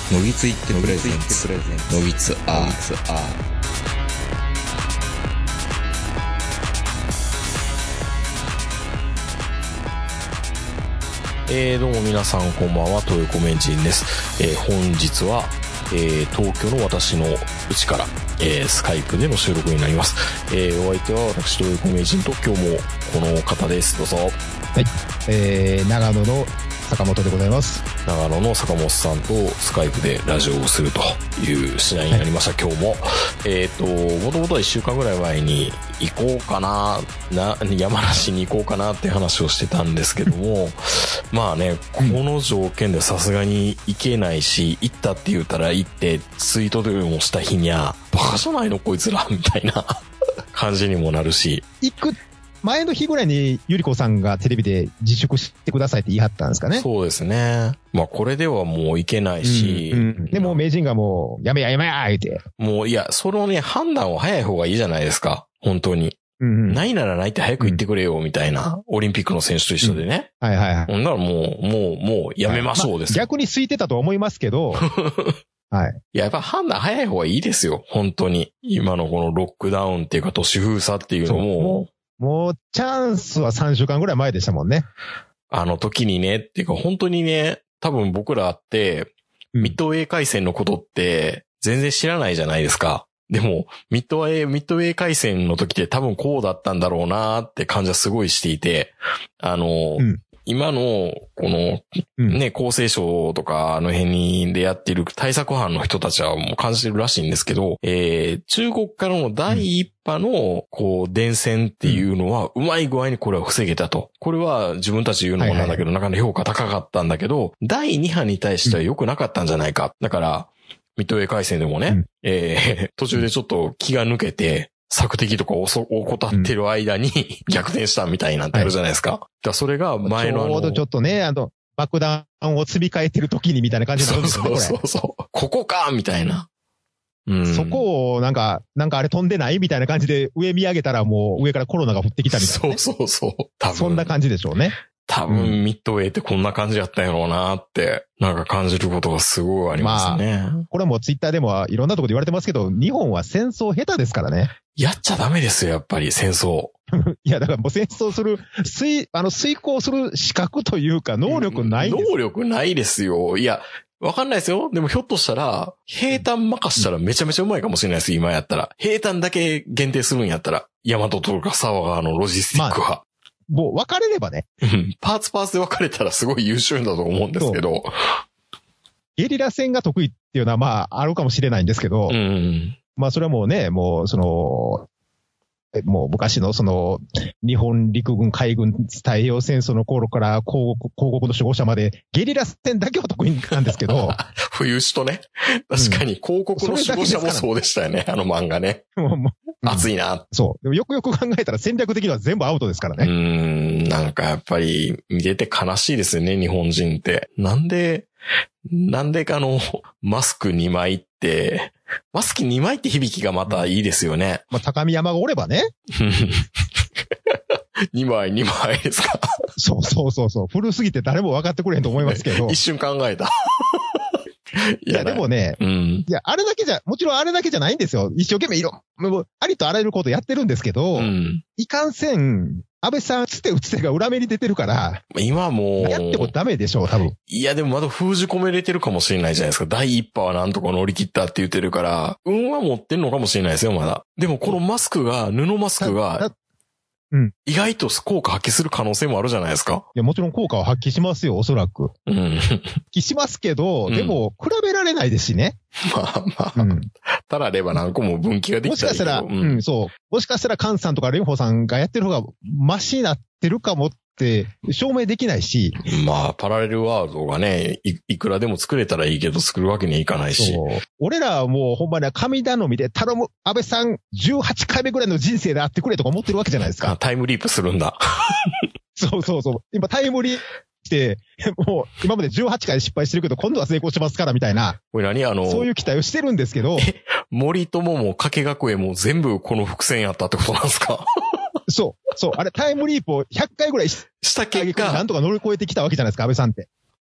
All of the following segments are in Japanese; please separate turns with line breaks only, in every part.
のぎついってプレゼンツのぎつアー。
どうも皆さんこんばんは、東横名人です。本日は、東京の私の家から、スカイプでの収録になります。お相手は私東横名人と今日もこの方です。どうぞ。
はい、長野の坂本でございます。
長野の坂本さんとスカイプでラジオをするという次第になりました、はい、今日も。もともとは1週間ぐらい前に行こうかな、山梨に行こうかなって話をしてたんですけども、まあね、この条件でさすがに行けないし、行ったって言ったら行ってツイートでもした日にゃ、バカじゃないのこいつらみたいな感じにもなるし。
行く前の日ぐらいにゆりこさんがテレビで自粛してくださいって言い張ったんですかね。
そうですね。まあこれではもういけないし。
でも名人がもうやめや言うて。
もういや、そのね、判断は早い方がいいじゃないですか。本当に。ないならないって早く言ってくれよみたいな。オリンピックの選手と一緒でね。
はいはいはい。
だからもうやめましょうですよ。
逆に空いてたと思いますけど。はい。
いや、やっぱ判断早い方がいいですよ。本当に。今のこのロックダウンっていうか都市封鎖っていうの
もうチャンスは3週間ぐらい前でしたもんね。
あの時にね、っていうか本当にね、多分僕らって、ミッドウェー回線のことって全然知らないじゃないですか。でも、ミッドウェー回線の時って多分こうだったんだろうなーって感じはすごいしていて、今の、この、ね、厚生省とか、あの辺でやっている対策班の人たちはもう感じてるらしいんですけど、中国からの第一波の、こう、伝染っていうのは、うまい具合にこれは防げたと。これは自分たち言うのもなんだけど、なかなか評価高かったんだけど、第二波に対しては良くなかったんじゃないか。だから、ミッドウェー回線でもね、途中でちょっと気が抜けて、索敵とか怠ってる間に逆転したみたいなんてあるじゃないですか。だからそれが前の
ちょうどちょっとね、爆弾を積み替えてる時にみたいな感じになるんですよね。
そう。ここかみたいな。
そこをなんかあれ飛んでないみたいな感じで上見上げたらもう上からコロナが降ってきたみたいな、ね。
そう。多分。
そんな感じでしょうね。
多分ミッドウェーってこんな感じやったんやろうなって、なんか感じることがすごいありますね。
まあ、これもツイッターでもいろんなところで言われてますけど、日本は戦争下手ですからね。
やっちゃダメですよ、やっぱり戦争。
いや、だからもう戦争する、遂行する資格というか能力ないんです。
能力ないですよ。いや、わかんないですよ。でもひょっとしたら、平坦任したらめちゃめちゃうまいかもしれないです、今やったら。平坦だけ限定するんやったら。大和とか佐川のロジスティックは。
もう分かれればね。
パーツで分かれたらすごい優秀だと思うんですけど。
ゲリラ戦が得意っていうのはまああるかもしれないんですけど。まあそれはもうね、もう昔の日本陸軍海軍太平洋戦争の頃から広告の守護者までゲリラ戦だけは得意なんですけど。
冬死とね。確かに広告の守護者もそうでしたよね、あの漫画ね。熱いな。
そう。でもよくよく考えたら戦略的には全部アウトですからね。
なんかやっぱり見てて悲しいですよね、日本人って。なんでマスク2枚って、マスク2枚って響きがまたいいですよね。
まあ、高見山がおればね。
2枚ですか。
そう。古すぎて誰も分かってくれへんと思いますけど。
一瞬考えた。
いや、でもね、いや、もちろんあれだけじゃないんですよ。一生懸命ありとあらゆることやってるんですけど、いかんせん、安倍さん、つてが裏目に出てるから、
今もう、
やってもダメでしょう、多分。
いや、でもまだ封じ込めれてるかもしれないじゃないですか。第一波はなんとか乗り切ったって言ってるから、運は持ってんのかもしれないですよ、まだ。でもこの布マスクが、意外と効果発揮する可能性もあるじゃないですか。
いや、もちろん効果は発揮しますよ、おそらく。発揮しますけど、でも、比べられないですしね。
まあ。たられば何個も分岐ができたらいいけど。
もしかしたら、菅さんとか蓮舫さんがやってる方がマシになってるかもって証明できないし。
まあ、パラレルワールドがね、いくらでも作れたらいいけど、作るわけにはいかないし。
俺らはもうほんまに神頼みで頼む安倍さん18回目ぐらいの人生であってくれとか思ってるわけじゃないですか。
タイムリープするんだ。
そう。今タイムリープして、もう今まで18回失敗してるけど、今度は成功しますからみたいな。
これ
そういう期待をしてるんですけど。
森友も加計学園も全部この伏線やったってことなんですか？
そう。あれタイムリープを100回ぐらいした結果、なんとか乗り越えてきたわけじゃないですか、安倍さんって。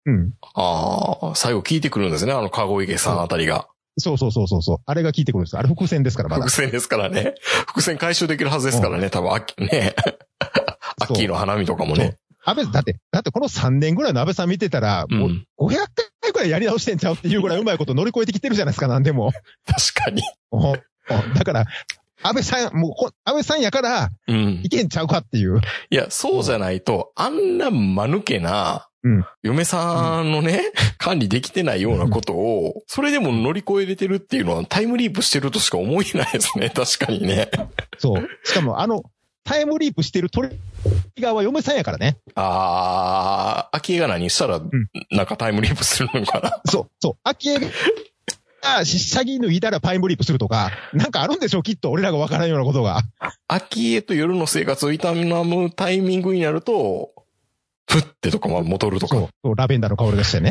うん。
ああ、最後聞いてくるんですね、籠池さんあたりが。
そう。あれが聞いてくるんです。あれ伏線ですから、まだ。
伏線ですからね。伏線回収できるはずですからね、多分、ね。アッキーの花見とかもね。
だってこの3年ぐらいの安倍さん見てたら、もう500回くらいやり直してんちゃうっていうぐらいうまいこと乗り越えてきてるじゃないですか、なんでも。
確かに。
だから、安倍さんやから、いけんちゃうかっていう。
いや、そうじゃないと、あんな間抜けな、嫁さんのね、管理できてないようなことを、それでも乗り越えれてるっていうのはタイムリープしてるとしか思えないですね、確かにね。
そう。しかもタイムリープしてるトリガーは嫁さんやからね。
秋江が何したら、なんかタイムリープするのかな。
そう。秋江が、下着脱いだらタイムリープするとか、なんかあるんでしょう、きっと。俺らがわからんようなことが。
秋江と夜の生活を営むタイミングになると、ふってとか戻るとか。
そう、ラベンダーの香りがしてね。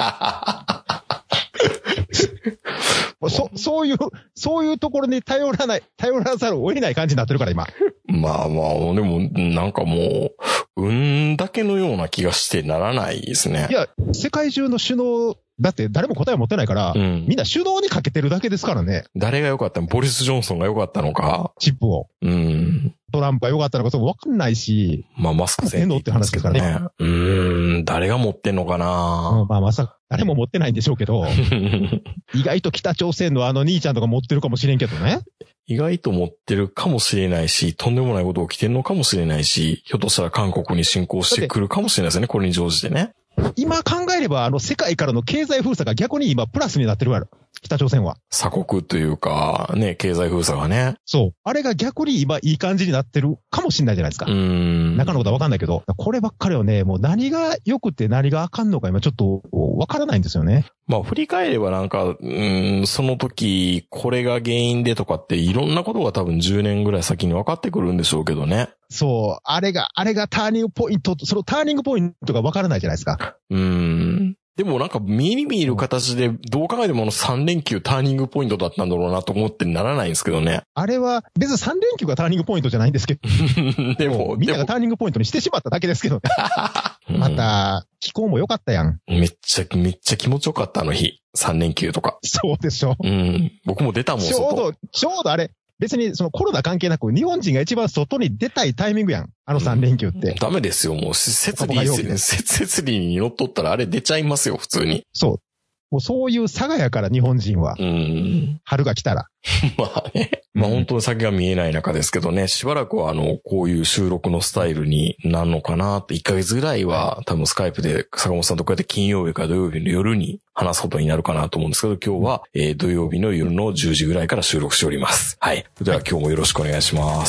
そういうところに頼らざるを得ない感じになってるから、今。
まあ、でも、なんかもう、運だけのような気がしてならないですね。
いや、世界中の首脳、だって誰も答えを持ってないから、みんな首脳にかけてるだけですからね。
誰が良かったの？ボリス・ジョンソンが良かったのか。
チップを。トランプが良かったのか、そう分かんないし。
まあ、マスク
せんのって話ですから
ね。誰が持ってんのかな。
まあ、まさか、誰も持ってないんでしょうけど。意外と北朝鮮の兄ちゃんとか持ってるかもしれんけどね。
意外と持ってるかもしれないし、とんでもないこと起きてるのかもしれないし、ひょっとしたら韓国に侵攻してくるかもしれないですね、これに乗じてね。
今考えれば、世界からの経済封鎖が逆に今プラスになってるわ。北朝鮮は。
鎖国というか、ね、経済封鎖がね。
そう。あれが逆に今いい感じになってるかもしれないじゃないですか。中のことはわかんないけど、こればっかりはね、もう何が良くて何があかんのか今ちょっとわからないんですよね。
まあ振り返ればなんか、その時、これが原因でとかっていろんなことが多分10年ぐらい先に分かってくるんでしょうけどね。
そう。あれがターニングポイント、そのターニングポイントが分からないじゃないですか。
でもなんか見に見る形でどう考えても3連休ターニングポイントだったんだろうなと思ってならないんですけどね。
あれは別に3連休がターニングポイントじゃないんですけど。でもみんながターニングポイントにしてしまっただけですけどね。また、気候も良かったやん。
めっちゃ気持ちよかった日。3連休とか。
そうでしょ。
僕も出たもん。
ちょうどあれ。別にそのコロナ関係なく日本人が一番外に出たいタイミングやん。3連休って。
ダメですよ。もう設理に乗っとったらあれ出ちゃいますよ、普通に。
そう。もうそういう差がやから日本人は。春が来たら。
まあね。まあ本当に先が見えない中ですけどね、しばらくはこういう収録のスタイルになるのかなって、1ヶ月ぐらいは多分スカイプで坂本さんとこうやって金曜日から土曜日の夜に話すことになるかなと思うんですけど、今日は、土曜日の夜の10時ぐらいから収録しております。はい。では今日もよろしくお願いします。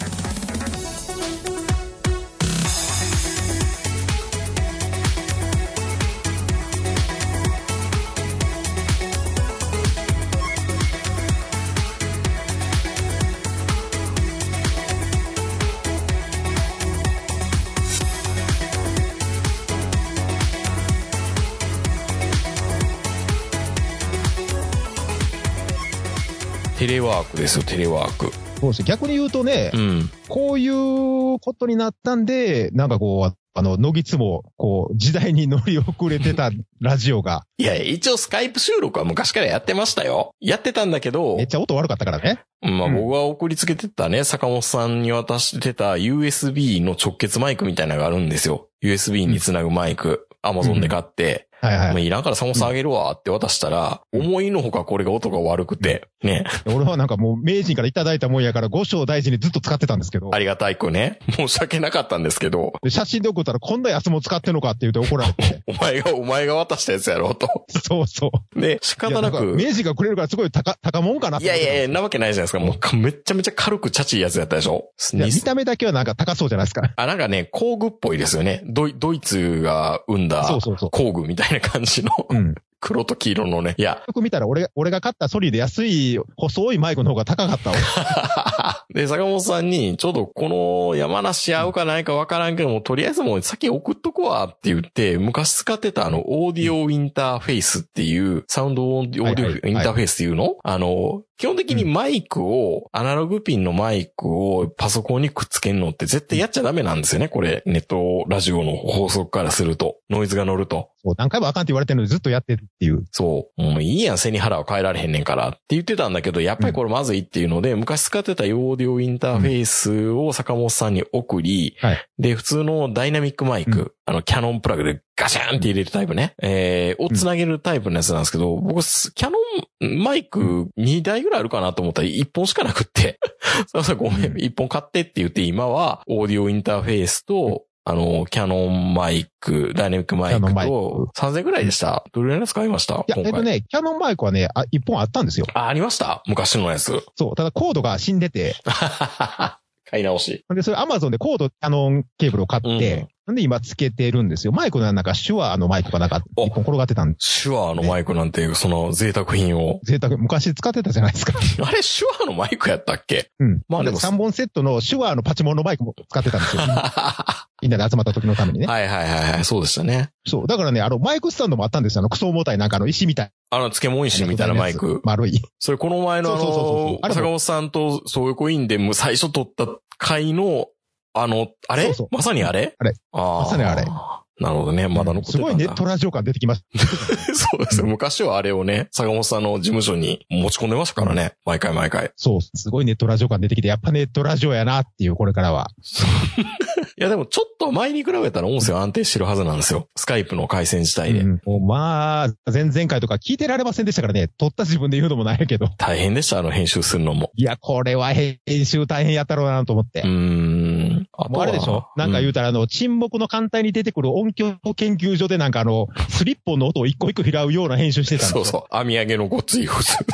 テレワークですよ、テレワーク。
そうです。逆に言うとね、こういうことになったんで、なんかこう、のぎつも、こう、時代に乗り遅れてたラジオが。
いや、一応スカイプ収録は昔からやってましたよ。やってたんだけど。
めっちゃ音悪かったからね。
まあ僕が送りつけてたね、坂本さんに渡してた USB の直結マイクみたいなのがあるんですよ。USB につなぐマイク。Amazon で買って。いらんから坂本さんあげるわって渡したら、思いのほかこれが音が悪くて、ね。
俺はなんかもう名人からいただいたもんやから五章大事にずっと使ってたんですけど。
ありがたい子ね。申し訳なかったんですけど。
写真で送ったらこんなやつも使ってんのかって言うて怒られて。
お前が渡したやつやろうと。
そうそう。
で、仕方なく。
名人がくれるからすごい高もんかなって。
いや、なわけないじゃないですか。もうめっちゃめちゃ軽くチャチいやつやったでしょ。
見た目だけはなんか高そうじゃないですか。
なんかね、工具っぽいですよね。ドイツが生んだ工具みたいな感じの。黒と黄色のね。いや。
よく見たら俺が買ったソニーで安い細いマイクの方が高かったわ。
で、坂本さんに、ちょっとこの山梨合うかないかわからんけども、とりあえずもう先送っとこわって言って、昔使ってたオーディオインターフェイスっていう、サウンドオーディオインターフェイスっていうの基本的にマイクを、アナログピンのマイクをパソコンにくっつけるのって絶対やっちゃダメなんですよね。これ、ネットラジオの法則からすると。ノイズが乗ると。
そう、何回もあかんって言われてるのにずっとやってるっていう。
そう。もういいやん、背に腹は変えられへんねんからって言ってたんだけど、やっぱりこれまずいっていうので、昔使ってたオーディオインターフェースを坂本さんに送り、で、普通のダイナミックマイク、キャノンプラグでガシャンって入れるタイプね、をつなげるタイプのやつなんですけど、僕、キャノンマイク2台ぐらいあるかなと思ったら1本しかなくって、ごめん、1本買ってって言って、今はオーディオインターフェースと、キャノンマイク、ダイナミックマイクと、3000ぐらいでした。どれぐらいの使いました？
いや、キャノンマイクはね、1本あったんですよ。
ありました？昔のやつ。
そう、ただコードが死んでて。
買い直し。
で、それ Amazon でコード、キャノンケーブルを買って、で、今つけてるんですよ。マイクのなんか、手話のマイクがなんか、一本転がってたんで。
手話のマイクなんていう、その贅沢品を。
贅沢、昔使ってたじゃないですか。
あれ、手話のマイクやったっけ？
まあでも3本セットの手話のパチモンのマイクも使ってたんですよ。みんなで集まった時のためにね。
はい、そうでしたね。
そう。だからね、マイクスタンドもあったんですよ。クソ重たいなんか石みたい。
漬物石みたいなマイク。
丸い。
それこの前の坂本さんとそういうコインで最初撮った回の、あれまさにあれ
まさにあれ。
なるほどね。まだ残ってたんだ。
すごいネットラジオ感出てきました。
そうですよ。昔はあれをね、坂本さんの事務所に持ち込んでましたからね。毎回。
そう。すごいネットラジオ感出てきて、やっぱネットラジオやなっていう、これからは。
いやでもちょっと前に比べたら音声安定してるはずなんですよ。スカイプの回線自体で。
まあ、前々回とか聞いてられませんでしたからね。撮った自分で言うのもないけど。
大変でした、編集するのも。
いや、これは編集大変やったろうなと思って。もうあれでしょ？なんか言うたら沈黙の艦隊に出てくる音響研究所でなんかスリッポンの音を一個一個拾うような編集してたんですよ。
そう。網上げのごっつい普通って。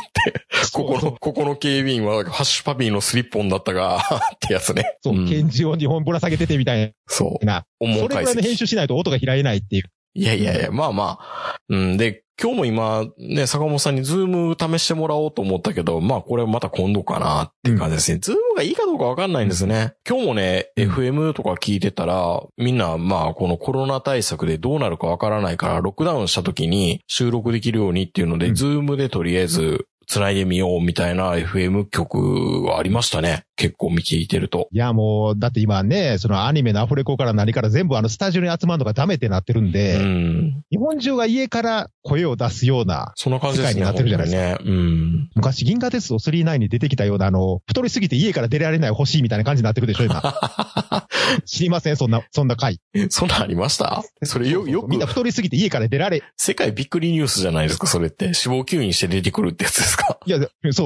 ここの警備員はハッシュパピーのスリッポンだったが、ってやつね。
そう、拳銃を2本ぶら下げててみたいな。
そう。
それぐらいの編集しないと音が拾えないっていう。
いや、まあ。で、今日も今、ね、坂本さんにズーム試してもらおうと思ったけど、まあこれまた今度かなっていう感じですね。ズームがいいかどうかわかんないんですね。今日もね、FM とか聞いてたら、みんなまあこのコロナ対策でどうなるかわからないから、ロックダウンした時に収録できるようにっていうので、ズームでとりあえず、繋いでみようみたいな FM 曲はありましたね。結構見聞いてると。
いやもう、だって今ね、そのアニメのアフレコから何から全部スタジオに集まるのがダメってなってるんで、日本中が家から声を出すような世界になってるじゃないですか。昔銀河鉄道39に出てきたような太りすぎて家から出られない星みたいな感じになってるでしょ、今。知りませんそんな回。
そんなありましたそれよく。
みんな太りすぎて家から出られ。
世界びっくりニュースじゃないですか、それって。死亡吸引して出てくるってやつですか。
いや、そう。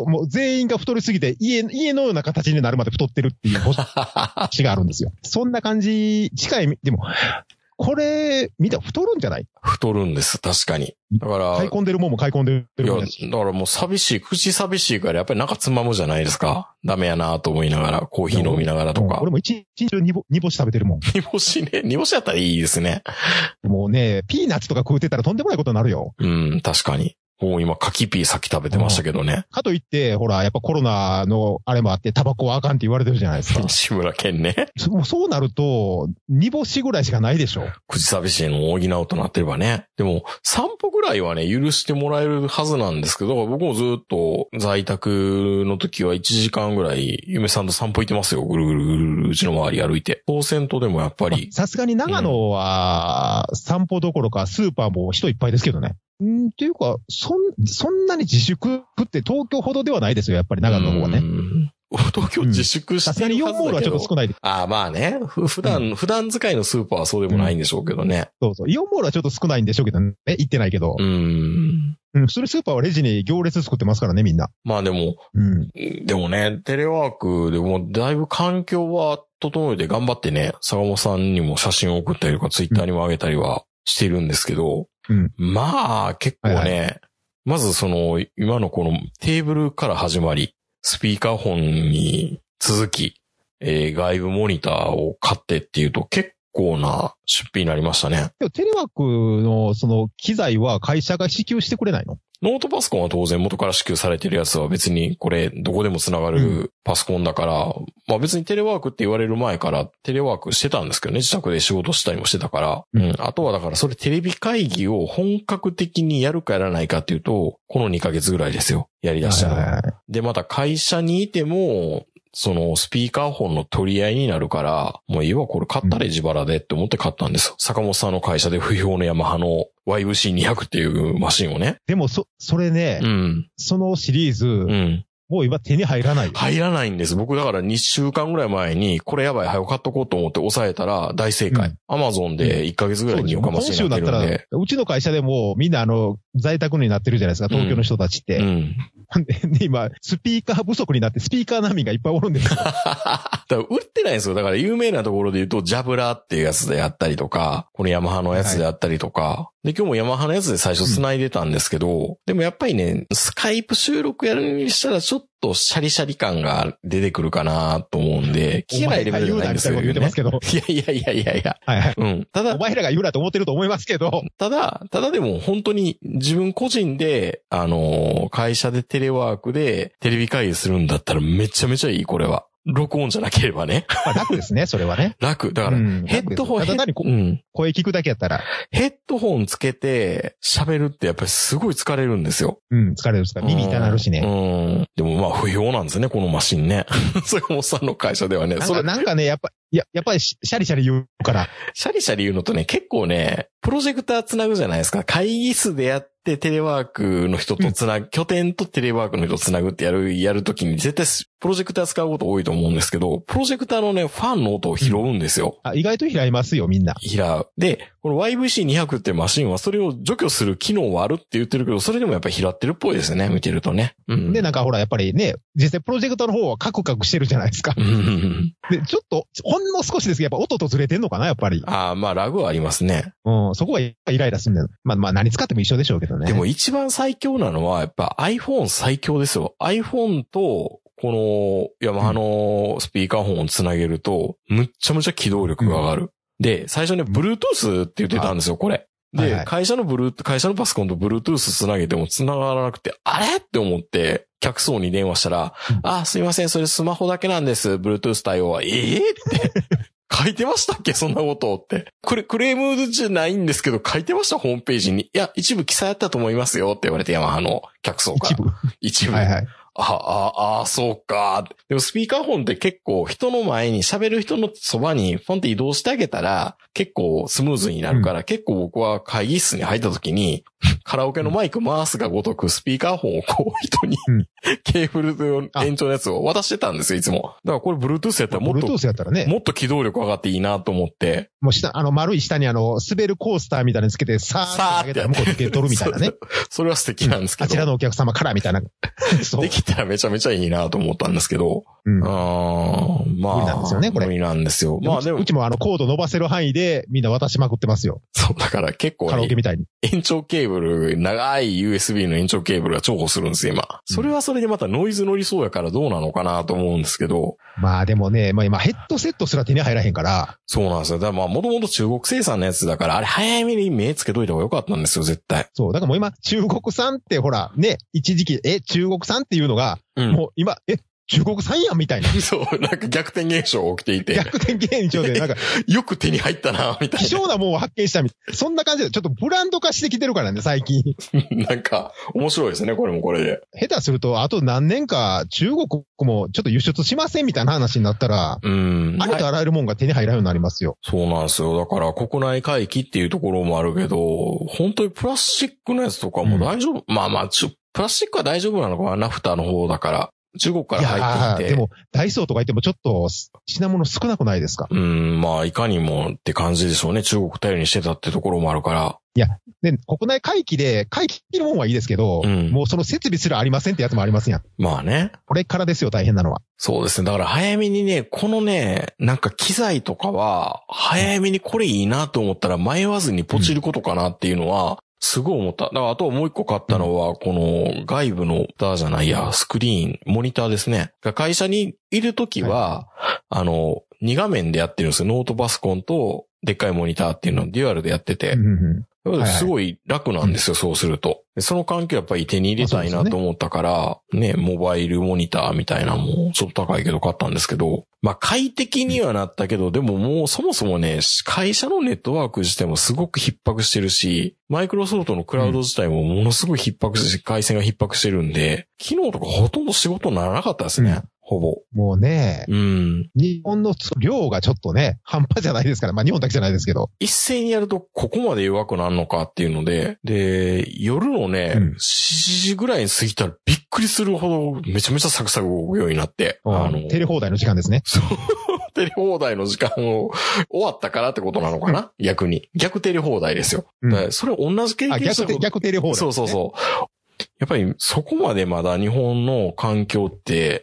もう全員が太りすぎて家のような形になるまで太ってるっていう星があるんですよ。そんな感じ、近い、でも、これ、見たら太るんじゃない？
太るんです、確かに。だから。
買い込んでるもんも買い込んでるもん
だからもう口寂しいからやっぱりなんかつまむじゃないですか。ダメやなと思いながら、コーヒー飲みながらとか。
俺も一日中煮干し食べてるもん。
煮干しやったらいいですね。
もうね、ピーナッツとか食うてたらとんでもないことになるよ。
確かに。もう今、柿ピーさっき食べてましたけどね。
かといって、ほら、やっぱコロナのあれもあって、タバコはあかんって言われてるじゃないですか。
志村けんね。
もうそうなると、煮干しぐらいしかないでしょ。
口寂しいのを補うとなってればね。でも、散歩ぐらいはね、許してもらえるはずなんですけど、僕もずっと在宅の時は1時間ぐらい、嫁さんと散歩行ってますよ。ぐるぐるぐるうちの周り歩いて。当選とでもやっぱり。
さすがに長野は、散歩どころかスーパーも人いっぱいですけどね。っていうか、そんなに自粛って東京ほどではないですよ、やっぱり長野の方はね。
東京自粛してるはずだけど。さすがにイオンモールはちょっと少ない。
ま
あね。普段使いのスーパーはそうでもないんでしょうけどね。
そう。イオンモールはちょっと少ないんでしょうけどね。行ってないけど。普通にスーパーはレジに行列作ってますからね、みんな。
まあでも、でもね、テレワークでもだいぶ環境は整えて頑張ってね、坂本さんにも写真を送ったりとか、ツイッターにも上げたりはしてるんですけど、まあ、結構ね、まず今のこのテーブルから始まり、スピーカーフォンに続き、外部モニターを買ってっていうと結構な出費になりましたね。
でもテレワークの機材は会社が支給してくれないの？
ノートパソコンは当然元から支給されてるやつは別にこれどこでもつながるパソコンだから、まあ別にテレワークって言われる前からテレワークしてたんですけどね、自宅で仕事したりもしてたから。あとはだからそれテレビ会議を本格的にやるかやらないかっていうと、この2ヶ月ぐらいですよ。やり出したら。で、また会社にいても、そのスピーカーフォンの取り合いになるから、もういいわ、これ買ったら自腹でって思って買ったんですよ。坂本さんの会社で不評のヤマハの YVC200 っていうマシンをね。
でもそれね、そのシリーズ、もう今手に入らないよ。
入らないんです。僕だから2週間ぐらい前に、これやばい、早く買っとこうと思って抑えたら大正解。アマゾンで1ヶ月ぐらいに入荷マシンになってるんで。
うちの会社でもみんな在宅になってるじゃないですか、東京の人たちって。で、今、スピーカー不足になって、スピーカー難民がいっぱいおるんですよ。だ
から売ってないんですよ。だから有名なところで言うと、ジャブラっていうやつであったりとか、このヤマハのやつであったりとか、で、今日もヤマハのやつで最初繋いでたんですけど、でもやっぱりね、スカイプ収録やるにしたらちょっとシャリシャリ感が出てくるかなと思うんで、聞けないレベルじゃないんですよ、ね。言うてますけど。いや。ただ、
お前らが言うなと思ってると思いますけど。
ただでも本当に自分個人で、会社でテレワークでテレビ会議するんだったらめちゃめちゃいい、これは。録音じゃなければね。
楽ですね、それはね。
楽。だから、ヘッドホン、
声聞くだけやったら。
ヘッドホンつけて喋るってやっぱりすごい疲れるんですよ。
疲れる。耳痛なるしね。
でもまあ不評なんですね、このマシンね。坂本さんの会社ではね。
なんかね、やっぱりシャリシャリ言うから。
シャリシャリ言うのとね、結構ね、プロジェクターつなぐじゃないですか。会議室でやってテレワークの人とつなぐ、拠点とテレワークの人とつなぐってやるときに絶対プロジェクター使うこと多いと思うんですけど、プロジェクターのね、ファンの音を拾うんですよ。
意外と拾いますよ、みんな。
拾う。で、この YVC200 ってマシンはそれを除去する機能はあるって言ってるけど、それでもやっぱり拾ってるっぽいですね、見てるとね。
で、なんかほら、やっぱりね、実際プロジェクターの方はカクカクしてるじゃないですか。で、ちょっと、ほんの少しですけど、やっぱ音とずれてんのかな、やっぱり。
まあ、ラグはありますね。
そこはイライラするんだよ。まあ、何使っても一緒でしょうけどね。
でも一番最強なのは、やっぱ iPhone 最強ですよ。iPhone と、このヤマハのスピーカーフォンをつなげると、むっちゃむちゃ起動力が上がる。で、最初ね、Bluetooth って言ってたんですよ、これ。で、会社のパソコンと Bluetooth つなげてもつながらなくて、あれって思って、客層に電話したら、すいません、それスマホだけなんです、Bluetooth 対応は。って書いてましたっけそんなことって。クレームじゃないんですけど、書いてましたホームページに。いや、一部記載あったと思いますよって言われて、ヤマハの客層から。一部。そうか。でもスピーカーフォンって結構人の前に喋る人のそばにフォンって移動してあげたら結構スムーズになるから、結構僕は会議室に入った時にカラオケのマイク回すがごとくスピーカーフォンをこう人に、ケーブルの延長のやつを渡してたんですよ、いつも。だからこれ Bluetooth やったらもっと起動力上がっていいなと思って。
もう丸い下に滑るコースターみたいなのつけて、さーって上げたら向こう受け取るみたいなね。
それは素敵なんですけど。
あちらのお客様からみたいな。
できたらめちゃめちゃいいなと思ったんですけど。まあ。無
理なんですよね、これ。
無理なんですよ。まあでも。
うちもコード伸ばせる範囲でみんな渡しまくってますよ。
そう、だから結構、
カラオケみたいに。
延長ケーブル、長い USB の延長ケーブルが重宝するんですよ、今。それはそれでまたノイズ乗りそうやからどうなのかなと思うんですけど。
まあでもね、今ヘッドセットすら手に入らへんから。
そうなんですよ。だからもともと中国生産のやつだから、あれ早めに目つけといた方がよかったんですよ、絶対。
そう、だからもう今、中国産ってほら、ね、一時期、中国産っていうのが、もう今、中国産やんみたいな。
そう、なんか逆転現象起きていて。
逆転現象で、なんか。
よく手に入ったな、みたいな。
希少なもんを発見したみたいな。そんな感じで、ちょっとブランド化してきてるからね、最近。
なんか、面白いですね、これもこれで。
下手すると、あと何年か、中国もちょっと輸出しませんみたいな話になったら、ありとあらゆるもんが手に入らんようになりますよ。
そうなんですよ。だから国内回帰っていうところもあるけど、本当にプラスチックのやつとかも大丈夫、まあ、プラスチックは大丈夫なのかな、ナフタの方だから。中国から入ってきて。
でも、ダイソーとか行ってもちょっと品物少なくないですか？
まあ、いかにもって感じでしょうね。中国頼りにしてたってところもあるから。
いや、で、国内回帰のもんはいいですけど、もうその設備すらありませんってやつもありますやん。
まあね。
これからですよ、大変なのは。
そうですね。だから早めにね、このね、なんか機材とかは、早めにこれいいなと思ったら迷わずにポチることかなっていうのは、すごい思った。だからあともう一個買ったのは、この外部のスクリーン、モニターですね。会社にいるときは、2画面でやってるんですよ。ノートパソコンとでっかいモニターっていうのをデュアルでやってて。 すごい楽なんですよ、そうすると。その環境やっぱり手に入れたいなと思ったから、ね、モバイルモニターみたいなのもちょっと高いけど買ったんですけど、まあ快適にはなったけど、でももうそもそもね、会社のネットワーク自体もすごく逼迫してるし、マイクロソフトのクラウド自体もものすごい逼迫して、回線が逼迫してるんで、昨日とかほとんど仕事にならなかったですね。ほぼ。
もうね、日本の量がちょっとね、半端じゃないですから、まあ日本だけじゃないですけど。
一斉にやるとここまで弱くなるのかっていうので、で、夜のね、7時ぐらいに過ぎたらびっくりするほどめちゃめちゃサクサク動くようになって。
テレ放題の時間ですね。
そう。テレ放題の時間を終わったからってことなのかな、逆に。逆テレ放題ですよ。それ同じ経験したこと。
逆テレ放題、ね。
そうそうそう。やっぱりそこまでまだ日本の環境って、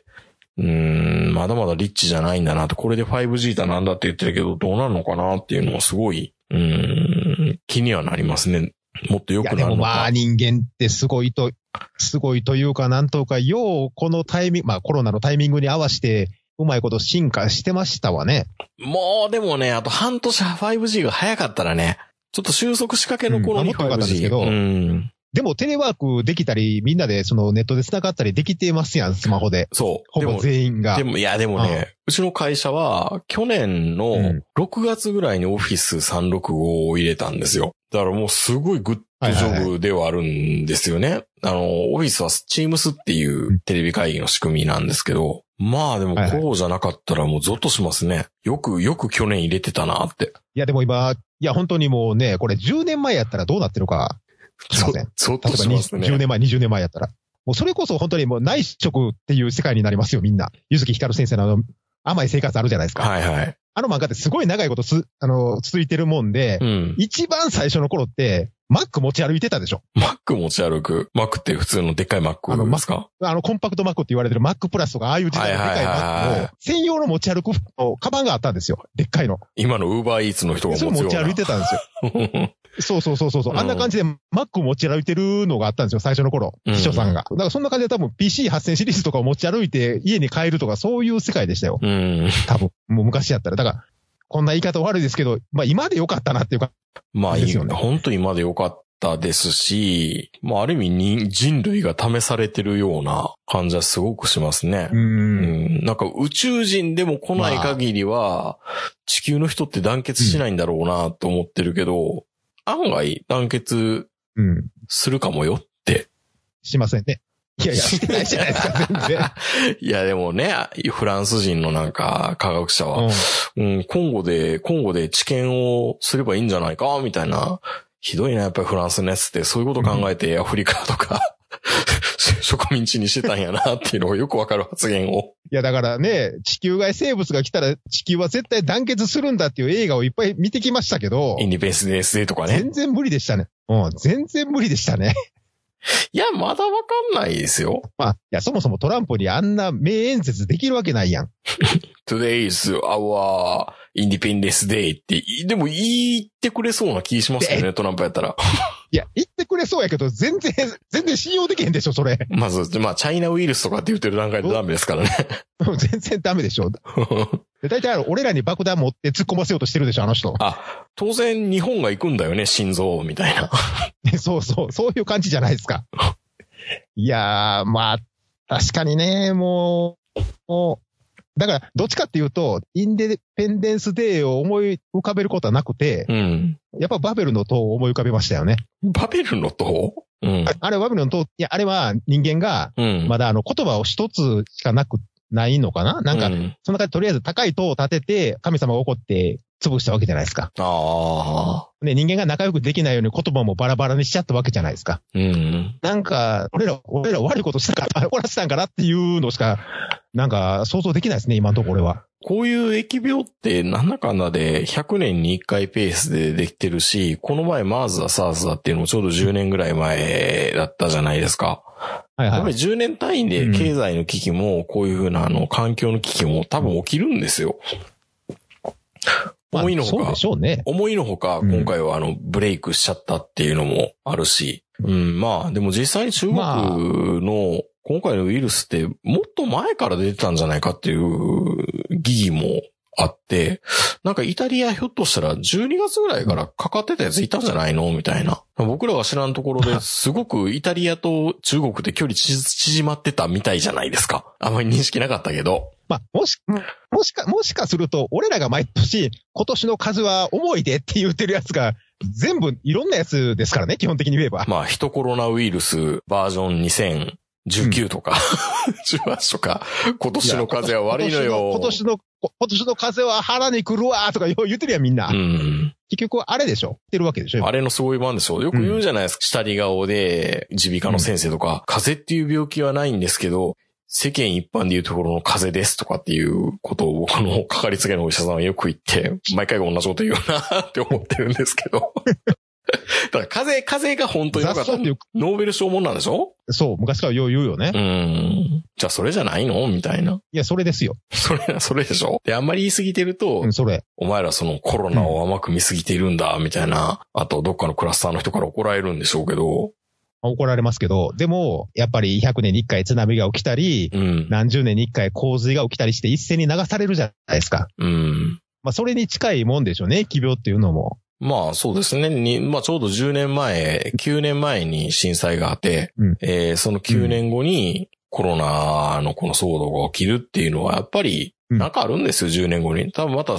まだまだリッチじゃないんだなって、これで 5G だなんだって言ってるけど、どうなるのかなっていうのはすごい、気にはなりますね。もっと良くなるのか。いやでも
まあ人間ってすごいというかなんとか、ようこのタイミング、まあコロナのタイミングに合わせて、うまいこと進化してましたわね。
もうでもね、あと半年 5G が早かったらね、ちょっと収束しかけの頃に 5G。
もっと良かったんですけど、でもテレワークできたり、みんなでそのネットで繋がったりできてますやん、スマホで。
そう。
ほぼ全員が。
でもね、うちの会社は去年の6月ぐらいにオフィス365を入れたんですよ。だからもうすごいグッドジョブではあるんですよね。オフィスは Teams っていうテレビ会議の仕組みなんですけど、まあでもこうじゃなかったらもうゾッとしますね。よく去年入れてたなって。
いやでも今、本当にもうね、これ10年前やったらどうなってるか。
すいません。ゾッとしますね。
10年前、20年前やったら。もうそれこそ本当にもう内職っていう世界になりますよ、みんな。ゆずきひかる先生の甘い生活あるじゃないですか。
はいはい。
あの漫画ってすごい長いこと続いてるもんで、一番最初の頃って、Mac 持ち歩いてたでしょ。
Mac 持ち歩く。Mac って普通のでっかい Mac ですか？
コンパクト Mac って言われてる Mac プラスとか、ああいう時代のでっかい Mac を、専用の持ち歩くカバンがあったんですよ。でっかいの。
今の Uber Eats の人が持つような。
それ持ち歩いてたんですよ。そう。あんな感じで Mac 持ち歩いてるのがあったんですよ、最初の頃。秘書さんが。だからそんな感じで多分 PC8000 シリーズとかを持ち歩いて家に帰るとかそういう世界でしたよ。多分、もう昔やったら。だから、こんな言い方悪いですけど、まあ今でよかったなっていうか。
まあいいよね。本当に今でよかったですし、まあある意味人類が試されてるような感じはすごくしますね。なんか宇宙人でも来ない限りは、地球の人って団結しないんだろうなと思ってるけど、案外団結するかもよって。
しませんね。いや、してないじゃないですか、全然。
いや、でもね、フランス人のなんか科学者は、今後で治験をすればいいんじゃないか、みたいな。ひどいな、やっぱりフランスのやつって、そういうこと考えてアフリカとか、植民地にしてたんやなっていうのがよくわかる発言を。
いや、だからね、地球外生物が来たら地球は絶対団結するんだっていう映画をいっぱい見てきましたけど。
インディペンスデースデーとかね。
全然無理でしたね。全然無理でしたね。
いや、まだわかんないですよ。
まあ、いや、そもそもトランプにあんな名演説できるわけないやん。
Today is our Independence Day って、でも言ってくれそうな気しますよね、トランプやったら。
いや、言ってくれそうやけど、全然信用できへんでしょ、それ。
まず、チャイナウイルスとかって言ってる段階でダメですからね。
全然ダメでしょ。大体俺らに爆弾持って突っ込ませようとしてるでしょ、あの人。
当然日本が行くんだよね、心臓、みたいな。
そういう感じじゃないですか。いやー、まあ、確かにね、もう、だから、どっちかっていうと、インデペンデンスデーを思い浮かべることはなくて、やっぱバベルの塔を思い浮かべましたよね。
バベルの塔？
あれバベルの塔、いや、あれは人間が、まだ言葉を一つしかないのかななんか、そんな感じでとりあえず高い塔を建てて、神様が怒って潰したわけじゃないですか。ね、人間が仲良くできないように言葉もバラバラにしちゃったわけじゃないですか。なんか、俺ら悪いことしたから、怒らせたんかなっていうのしか、なんか想像できないですね、今のところ俺は。
こういう疫病ってなんだかんだで100年に1回ペースでできてるし、この前MERSだ SARS だっていうのもちょうど10年ぐらい前だったじゃないですか。やっぱり10年単位で経済の危機もこういうふうな環境の危機も多分起きるんですよ。思いのほか、思いのほか、今回はブレイクしちゃったっていうのもあるし、まあでも実際に中国の今回のウイルスってもっと前から出てたんじゃないかっていう疑義もあって、なんかイタリアひょっとしたら12月ぐらいからかかってたやついたんじゃないのみたいな。僕らが知らんところですごくイタリアと中国で距離縮まってたみたいじゃないですか。あんまり認識なかったけど。
まあ、もしかすると、俺らが毎年、今年の数は重いでって言ってるやつが、全部いろんなやつですからね、基本的に言えば。
まあ、ヒトコロナウイルスバージョン2019とか、18とか、今年の風は悪いのよ。
今年の風は腹に来るわとか言ってるやん、みんな。結局、あれでしょ言ってるわけでしょ
あれのすごい版でしょよく言うじゃないですか。下り顔で、耳鼻科の先生とか、風邪っていう病気はないんですけど、世間一般でいうところの風邪ですとかっていうことを僕のかかりつけのお医者さんはよく言って、毎回同じこと言うなって思ってるんですけど。だから風が本当に良かった。ノーベル賞もんなんでしょ
そう、昔からよう言うよね。
じゃあそれじゃないのみたいな。
いや、それですよ。
それでしょで、あんまり言い過ぎてると、
それ。
お前らそのコロナを甘く見すぎているんだ、みたいな。あと、どっかのクラスターの人から怒られるんでしょうけど。
怒られますけど、でも、やっぱり100年に1回津波が起きたり、何十年に1回洪水が起きたりして一斉に流されるじゃないですか。まあ、それに近いもんでしょうね、疫病っていうのも。
まあそうですね。まあちょうど10年前、9年前に震災があって、その9年後にコロナのこの騒動が起きるっていうのはやっぱりなんかあるんですよ、10年後に。多分また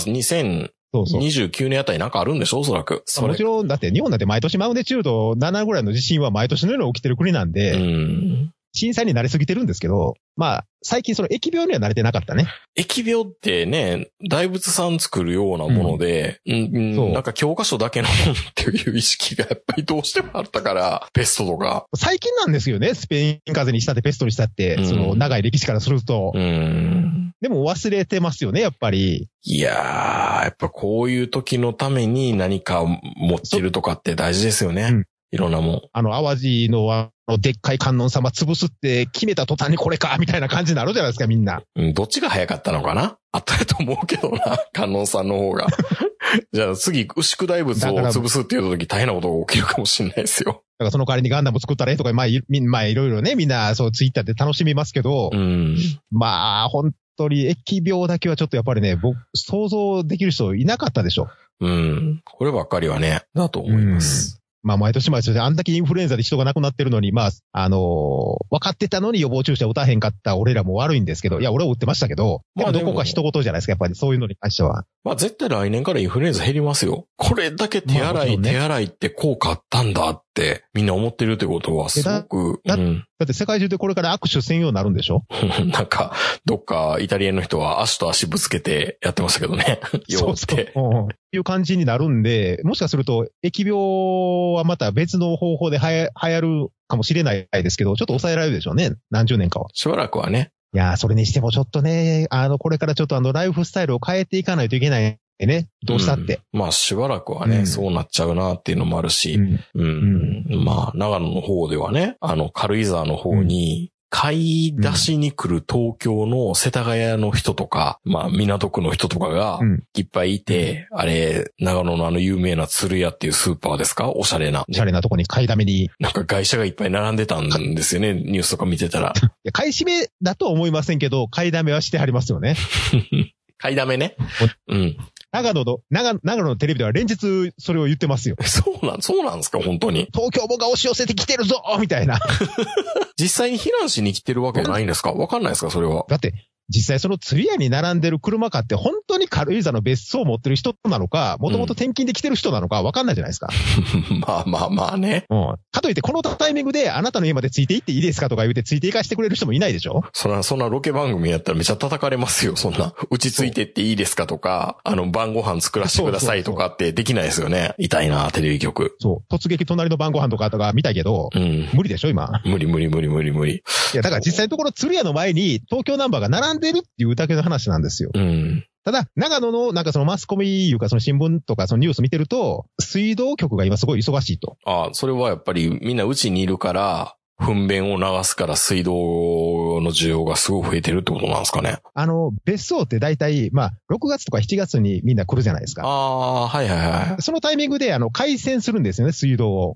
2029年あたりなんかあるんでしょおそらく。
もちろん、だって日本だって毎年マグニチュード7ぐらいの地震は毎年のように起きてる国なんで、震災に慣れすぎてるんですけど、まあ、最近その疫病には慣れてなかったね。
疫病ってね、大仏さん作るようなもので、なんか教科書だけのもんっていう意識がやっぱりどうしてもあったから、ペストとか。
最近なんですよね、スペイン風邪にしたってペストにしたって、その長い歴史からすると。でも忘れてますよね、やっぱり。
いやー、やっぱこういう時のために何か持ってるとかって大事ですよね。いろんなもん。
淡路のでっかい観音様潰すって決めた途端にこれか、みたいな感じになるじゃないですか、みんな。
どっちが早かったのかなあったやと思うけどな、観音さんの方が。じゃあ次、牛久大仏を潰すっていう時大変なことが起きるかもしれないですよ。
だからその代わりにガンダム作ったらとか、まあいろいろね、みんなそうツイッターで楽しみますけど、まあ本当に疫病だけはちょっとやっぱりね、僕、想像できる人いなかったでしょ。こ
ればっかりはね、だと思います。
まあ、毎年あんだけインフルエンザで人が亡くなってるのに、まあ、分かってたのに予防注射打たへんかった俺らも悪いんですけど、いや、俺は打ってましたけど、まあ、どこか一言じゃないですか、やっぱりそういうのに関しては。
まあ、絶対来年からインフルエンザ減りますよ。これだけ手洗いって効果あったんだって、みんな思ってるってことはすごく、
だって世界中でこれから握手専用になるんでしょ
なんか、どっかイタリアの人は足と足ぶつけてやってましたけどね。
そうそう。いう感じになるんで、もしかすると、疫病はまた別の方法で流行るかもしれないですけど、ちょっと抑えられるでしょうね。何十年かは。
しばらくはね。
いやー、それにしてもちょっとね、これからちょっとライフスタイルを変えていかないといけないね。どうしたって。
まあしばらくはね、そうなっちゃうなっていうのもあるし、まあ長野の方ではね、軽井沢の方に、買い出しに来る東京の世田谷の人とか、まあ港区の人とかがいっぱいいて、あれ、長野の有名な鶴屋っていうスーパーですか？おしゃれな。
おしゃれなとこに買いだめに。
なんか外車がいっぱい並んでたんですよね、ニュースとか見てたら。
いや、買い占めだとは思いませんけど、買いだめはしてはりますよね。
買いだめね。
長野のテレビでは連日それを言ってますよ。
そうなんですか、本当に。
東京もが押し寄せてきてるぞみたいな。
実際に避難しに来てるわけないんですか？わかんないですか、それは。
だって、実際その釣り屋に並んでる車かって本当に軽井沢の別荘を持ってる人なのか、もともと転勤で来てる人なのかわかんないじゃないですか。
まあね。
かといってこのタイミングであなたの家までついていっていいですかとか言ってついていかしてくれる人もいないでしょ？
そんなロケ番組やったらめちゃ叩かれますよ、そんな。うちついてっていいですかとか、晩ご飯作らせてくださいとかってできないですよね。痛いな、テレビ局。
そう。突撃隣の晩ご飯とか見たけど、無理でしょ、今。
無理。
いや、だから実際のところ鶴屋の前に東京ナンバーが並んでるっていうだけの話なんですよ。ただ、長野のなんかそのマスコミいうかその新聞とかそのニュース見てると、水道局が今すごい忙しいと。
それはやっぱりみんなうちにいるから、糞便を流すから水道の需要がすごい増えてるってことなんですかね。
別荘って大体、まあ、6月とか7月にみんな来るじゃないですか。
はい。
そのタイミングで、回線するんですよね、水道を。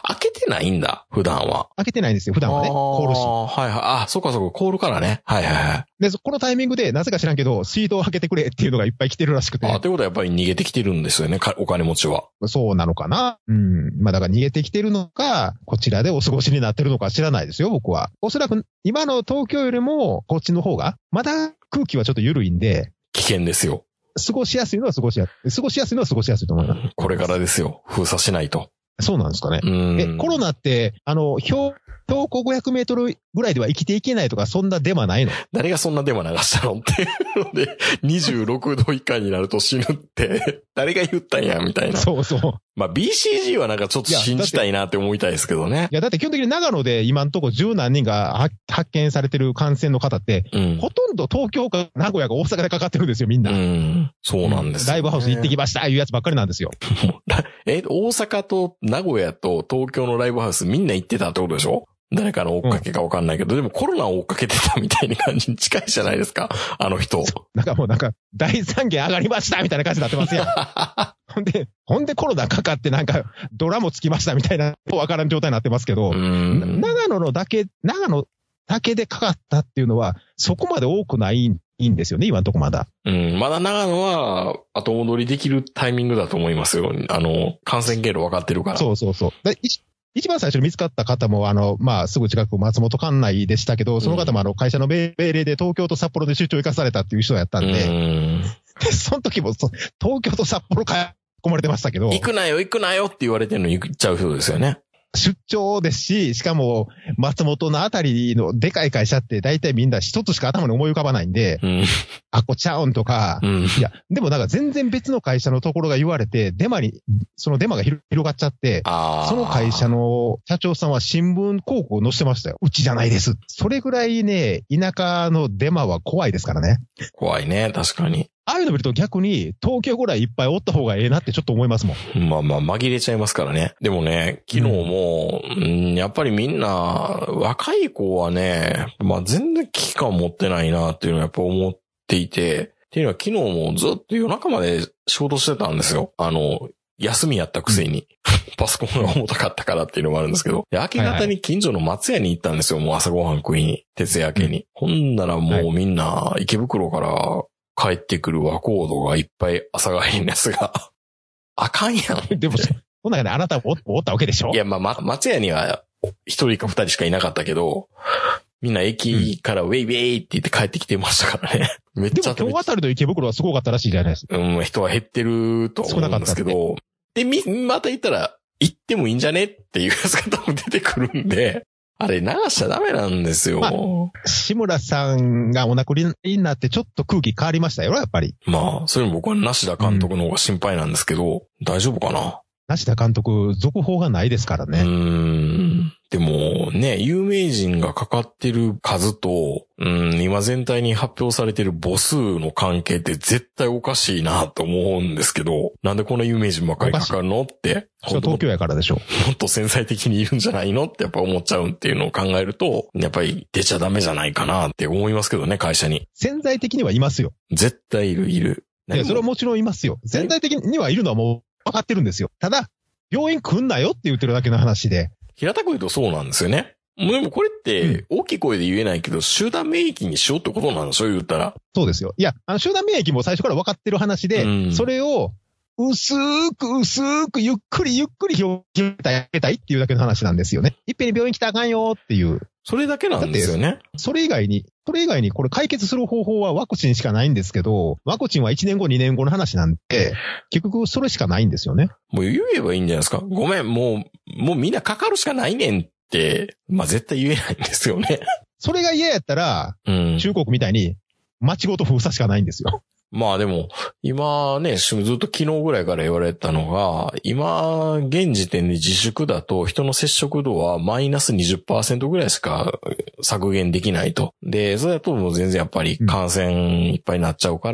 開けてないんだ、普段は。
開けてないんですよ、普段はね。凍るし。
はいはい。あ、そうかそうか、凍るからね。はいはいはい。
で、このタイミングで、なぜか知らんけど、シートを開けてくれっていうのがいっぱい来てるらしくて。
ということはやっぱり逃げてきてるんですよね、お金持ちは。
そうなのかな。うん。まあだから逃げてきてるのか、こちらでお過ごしになってるのか知らないですよ、僕は。おそらく、今の東京よりも、こっちの方が、まだ空気はちょっと緩いんで。
危険ですよ。
過ごしやすいのは過ごしやすい。過ごしやすいのは過ごしやすいと思います。
これからですよ。封鎖しないと。
そうなんですかね。コロナって、標高500メートルぐらいでは生きていけないとか、そんなデマないの？
誰がそんなデマ流したのっていうので、26度以下になると死ぬって、誰が言ったんや、みたいな。
そうそう。
まあ、BCG はなんかちょっと信じたいなって思いたいですけどね。
いや、だって基本的に長野で今んとこ10何人が発見されてる感染の方って、ほとんど東京か名古屋か大阪でかかってるんですよ、みんな。
そうなんですよ、ね。
ライブハウス行ってきました、いうやつばっかりなんですよ。
大阪と名古屋と東京のライブハウスみんな行ってたってことでしょ？誰かの追っかけかわかんないけど、でもコロナを追っかけてたみたいな感じに近いじゃないですか、あの人。
なんかもう大惨事上がりましたみたいな感じになってますよ。ほんでコロナかかってなんかドラもつきましたみたいなわからん状態になってますけど、長野だけでかかったっていうのはそこまで多くないんですよね、今のとこまだ。
まだ長野は後戻りできるタイミングだと思いますよ。感染経路分かってるから。
そうそうそう。一番最初に見つかった方も、まあ、すぐ近く松本管内でしたけど、その方も会社の命令で東京と札幌で出張行かされたっていう人やったんで、その時も東京と札幌から込まれてましたけど。
行くなよって言われてるのに行っちゃう人ですよね。
出張ですし、しかも松本のあたりのでかい会社って大体みんな一つしか頭に思い浮かばないんで、あこちゃうんとか、いや、でもなんか全然別の会社のところが言われて、そのデマが広がっちゃって、その会社の社長さんは新聞広告を載せてましたよ。うちじゃないです。それぐらいね、田舎のデマは怖いですからね。
怖いね、確かに。
ああいうの見ると逆に東京ぐらいいっぱいおった方がええなってちょっと思いますもん。
まあまあ紛れちゃいますからね。でもね、昨日も、やっぱりみんな、若い子はね、まあ全然危機感持ってないなっていうのはやっぱ思っていて、っていうのは昨日もずっと夜中まで仕事してたんですよ。休みやったくせに。パソコンが重たかったからっていうのもあるんですけど。で、明け方に近所の松屋に行ったんですよ。もう朝ごはん食いに。徹夜明けに。ほんならもうみんな池袋から帰ってくる和コードがいっぱい朝帰りのやつが。あかんやん。
でも、その中であなたもおったわけでしょ？
いや、まあ、松屋には一人か二人しかいなかったけど、みんな駅からウェイウェイって言って帰ってきてましたからね。めっちゃ。
でも今日あたりの池袋はすごかったらしいじゃないですか。
人は減ってると思うんですけど。で、また行ったら、行ってもいいんじゃねっていうやつが多分出てくるんで、あれ流しちゃダメなんですよ。ま
あ、志村さんがお亡くなりになってちょっと空気変わりましたよ、やっぱり。
まあ、それも僕は梨田監督の方が心配なんですけど、大丈夫かな？
梨田監督、続報がないですからね。
でもね、有名人がかかってる数と、今全体に発表されてる母数の関係って絶対おかしいなと思うんですけど、なんでこんな有名人ばっかりかかるのって。
東京やからでしょ。
もっと潜在的にいるんじゃないのってやっぱ思っちゃうっていうのを考えると、やっぱり出ちゃダメじゃないかなって思いますけどね、会社に。
潜在的にはいますよ。
絶対いる。い
や、それはもちろんいますよ。潜在的にはいるのはもう分かってるんですよ。ただ、病院来んなよって言ってるだけの話で。
平たく言うとそうなんですよね。でもこれって、大きい声で言えないけど、集団免疫にしようってことなんでしょ、言ったら。
そうですよ。いや、集団免疫も最初から分かってる話で、それを、薄く、ゆっくり広げたいっていうだけの話なんですよね。いっぺんに病院来たらあかんよっていう。
それだけなんですよね。
それ以外にこれ解決する方法はワクチンしかないんですけど、ワクチンは1年後、2年後の話なんで、結局それしかないんですよね。
もう言えばいいんじゃないですか。ごめん、もうみんなかかるしかないねんって、まあ絶対言えないんですよね。
それが嫌やったら、中国みたいに街ごと封鎖しかないんですよ。
まあでも、今ね、ずっと昨日ぐらいから言われたのが、今、現時点で自粛だと人の接触度はマイナス 20% ぐらいしか削減できないと。で、それだともう全然やっぱり感染いっぱいになっちゃうから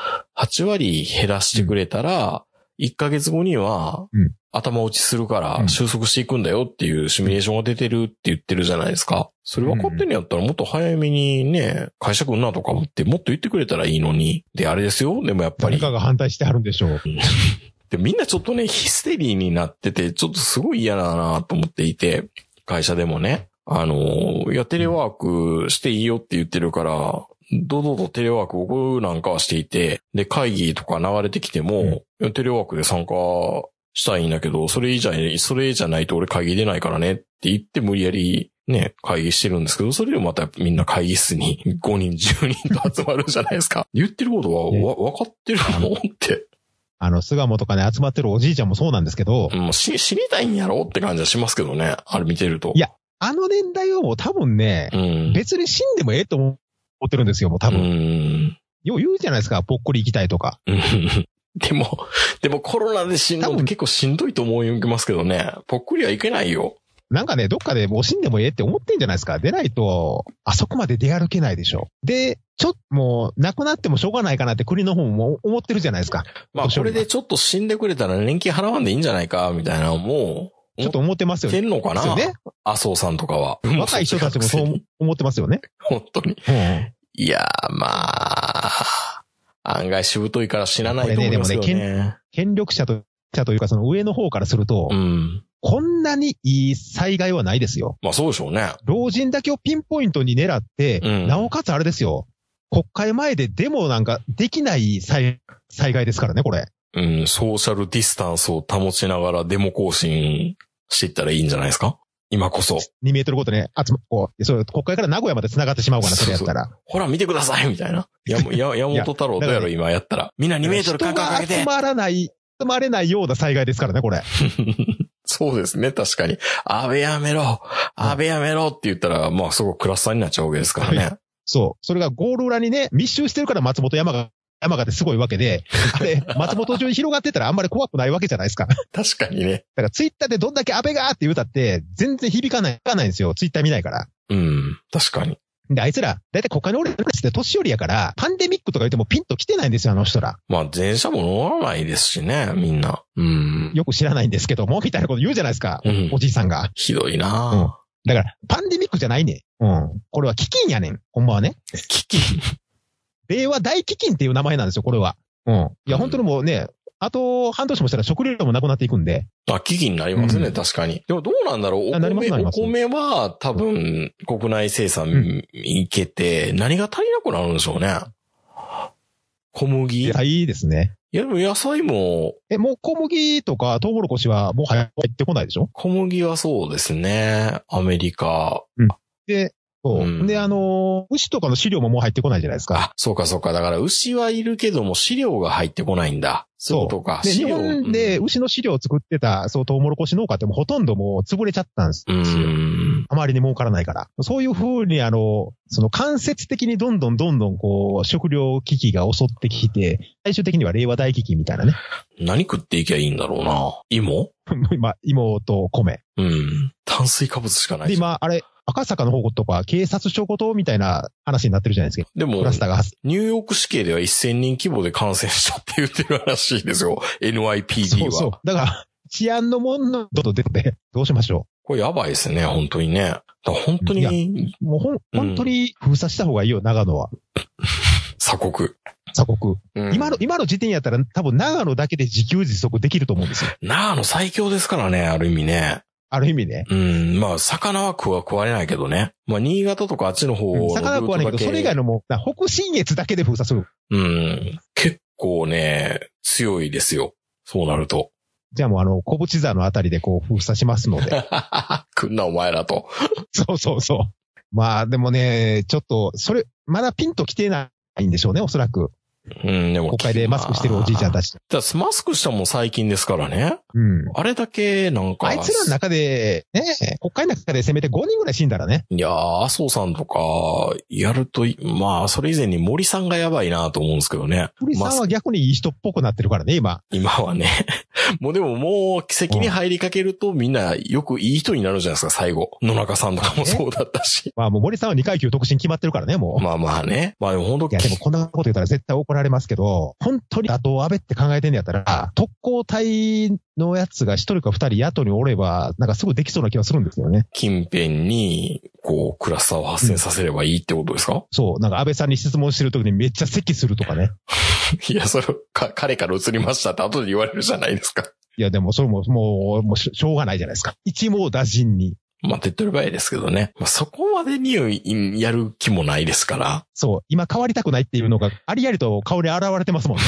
、8割減らしてくれたら、1ヶ月後には、頭打ちするから収束していくんだよっていうシミュレーションが出てるって言ってるじゃないですか。それ分かってんのやったらもっと早めにね、会社来んなとかってもっと言ってくれたらいいのに。で、あれですよ。でもやっぱり。
誰かが反対してはるんでしょう。
で、みんなちょっとね、ヒステリーになってて、ちょっとすごい嫌だなと思っていて、会社でもね、いや、テレワークしていいよって言ってるから、堂々とテレワーク僕なんかはしていて、で、会議とか流れてきても、テレワークで参加したいんだけど、それじゃないと俺会議出ないからねって言って無理やりね、会議してるんですけど、それでもまたみんな会議室に5人、10人と集まるじゃないですか。言ってることは分かってるのって。
巣鴨とかね、集まってるおじいちゃんもそうなんですけど。
もう知りたいんやろって感じはしますけどね。あれ見てると。
いや、年代はもう多分ね、別に死んでもええと思ってるんですよ、もう多分。よう言うじゃないですか、ぽっこり行きたいとか。
でもコロナで死ぬのって結構しんどいと思いますけどね。ぽっくりはいけないよ。
なんかね、どっかでもう死んでもええって思ってんじゃないですか。出ないと、あそこまで出歩けないでしょ。で、もう、亡くなってもしょうがないかなって国の方も思ってるじゃないですか。
まあ、これでちょっと死んでくれたら年金払わんでいいんじゃないか、みたいなのも、
ちょっと思ってますよね。
てんのかな、ね、麻生さんとかは。
若い人たちもそう思ってますよね。
本当に。いやー、まあ、案外しぶといから死なないと思いますよね。でもね、
権力者というかその上の方からすると、こんなにいい災害はないですよ。
まあそうでしょうね。
老人だけをピンポイントに狙って、なおかつあれですよ。国会前でデモなんかできない災害ですからね、これ。
ソーシャルディスタンスを保ちながらデモ行進していったらいいんじゃないですか？今こそ。
2メートルごとね、そう国会から名古屋まで繋がってしまうかな、それやったら。
ほら見てくださいみたいな。山本太郎どうやろ今やったら。みんな2メートル間隔かけて。
集まれないような災害ですからね、これ。
そうですね、確かに。安倍やめろって言ったら、まあすごくクラスターになっちゃうわけですからね。
そう。それがゴール裏にね、密集してるから松本山がってすごいわけで、あれ、松本中に広がってたらあんまり怖くないわけじゃないですか。
確かにね。
だからツイッターでどんだけ安倍がって言うたって、全然響かないんですよ。ツイッター見ないから。
確かに。
で、あいつら、だいたい国会の俺たちって年寄りやから、パンデミックとか言ってもピンと来てないんですよ、あの人ら。
まあ、電車も乗らないですしね、みんな。
よく知らないんですけども、みたいなこと言うじゃないですか、おじいさんが。
ひどいな
だから、パンデミックじゃないね。これは飢饉やねん、ほんまはね。
飢饉
令和大飢饉っていう名前なんですよ、これは。いや、本当にもうね、あと半年もしたら食料もなくなっていくんで。
飢饉になりますね、確かに。でもどうなんだろう、お米は多分国内生産いけて、何が足りなくなるんでしょうね。小麦。
いいですね。
いや、でも野菜も。
もう小麦とかトウモロコシはもう入ってこないでしょ？
小麦はそうですね。アメリカ。
で、で、牛とかの飼料ももう入ってこないじゃないですか。
そうか。だから牛はいるけども飼料が入ってこないんだ。そうとか。
で、日本で牛の飼料を作ってた、トウモロコシ農家ってもうほとんどもう潰れちゃったんですよ。あまりに儲からないから。そういう風に間接的にどんどん食料危機が襲ってきて、最終的には令和大危機みたいなね。
何食っていけばいいんだろうな。芋
と米。
炭水化物しかない。
で、今、赤坂の方とか警察署ごとみたいな話になってるじゃないですか。
でも、ニューヨーク市警では1000人規模で感染したって言ってるらしいですよ。NYPD は。
そう。だから、治安のものと出て、どうしましょう。
これやばいですね、本当にね。本当に。
もう本当に封鎖した方がいいよ、長野は。
鎖国。
今の時点やったら多分長野だけで自給自足できると思うんですよ。
長野最強ですからね、ある意味ね。まあ、魚は食われないけどね。まあ、新潟とかあっちの方の
魚は食わないけど、それ以外のも北信越だけで封鎖する。
結構ね、強いですよ。そうなると。
じゃあもう小淵沢のあたりで封鎖しますので。
来んなお前らと。
そう。まあ、でもね、ちょっと、まだピンと来てないんでしょうね、おそらく。
でも。
国会でマスクしてるおじいちゃんたち。
マスクしたも最近ですからね。あれだけなんか。
あいつらの中で、ね、国会の中でせめて5人ぐらい死んだらね。
いやー、麻生さんとか、やると、まあ、それ以前に森さんがやばいなと思うんですけどね。
森さんは逆にいい人っぽくなってるからね、今。
今はね。もう席に入りかけるとみんなよくいい人になるじゃないですか、最後。野中さんとかもそうだったし。
まあもう森さんは2階級特進決まってるからね、もう。
まあね。まあでも本当。
いやでもこんなこと言ったら絶対怒られますけど、本当にあと安倍って考えてんやったら、特攻隊のやつが1人か2人野党におれば、なんかすぐできそうな気がするんですよね。
近辺に、 クラスターを発生させればいいってことですか？
そう。なんか安倍さんに質問してるときにめっちゃ咳するとかね。
いや、それ、彼から移りましたって後で言われるじゃないですか。
いや、でもそれもしょうがないじゃないですか。一網打尽に。
まあ、手っ取り早いですけどね。まあ、そこまでにやる気もないですから。
そう。今変わりたくないっていうのがありありと顔に現れてますもんね。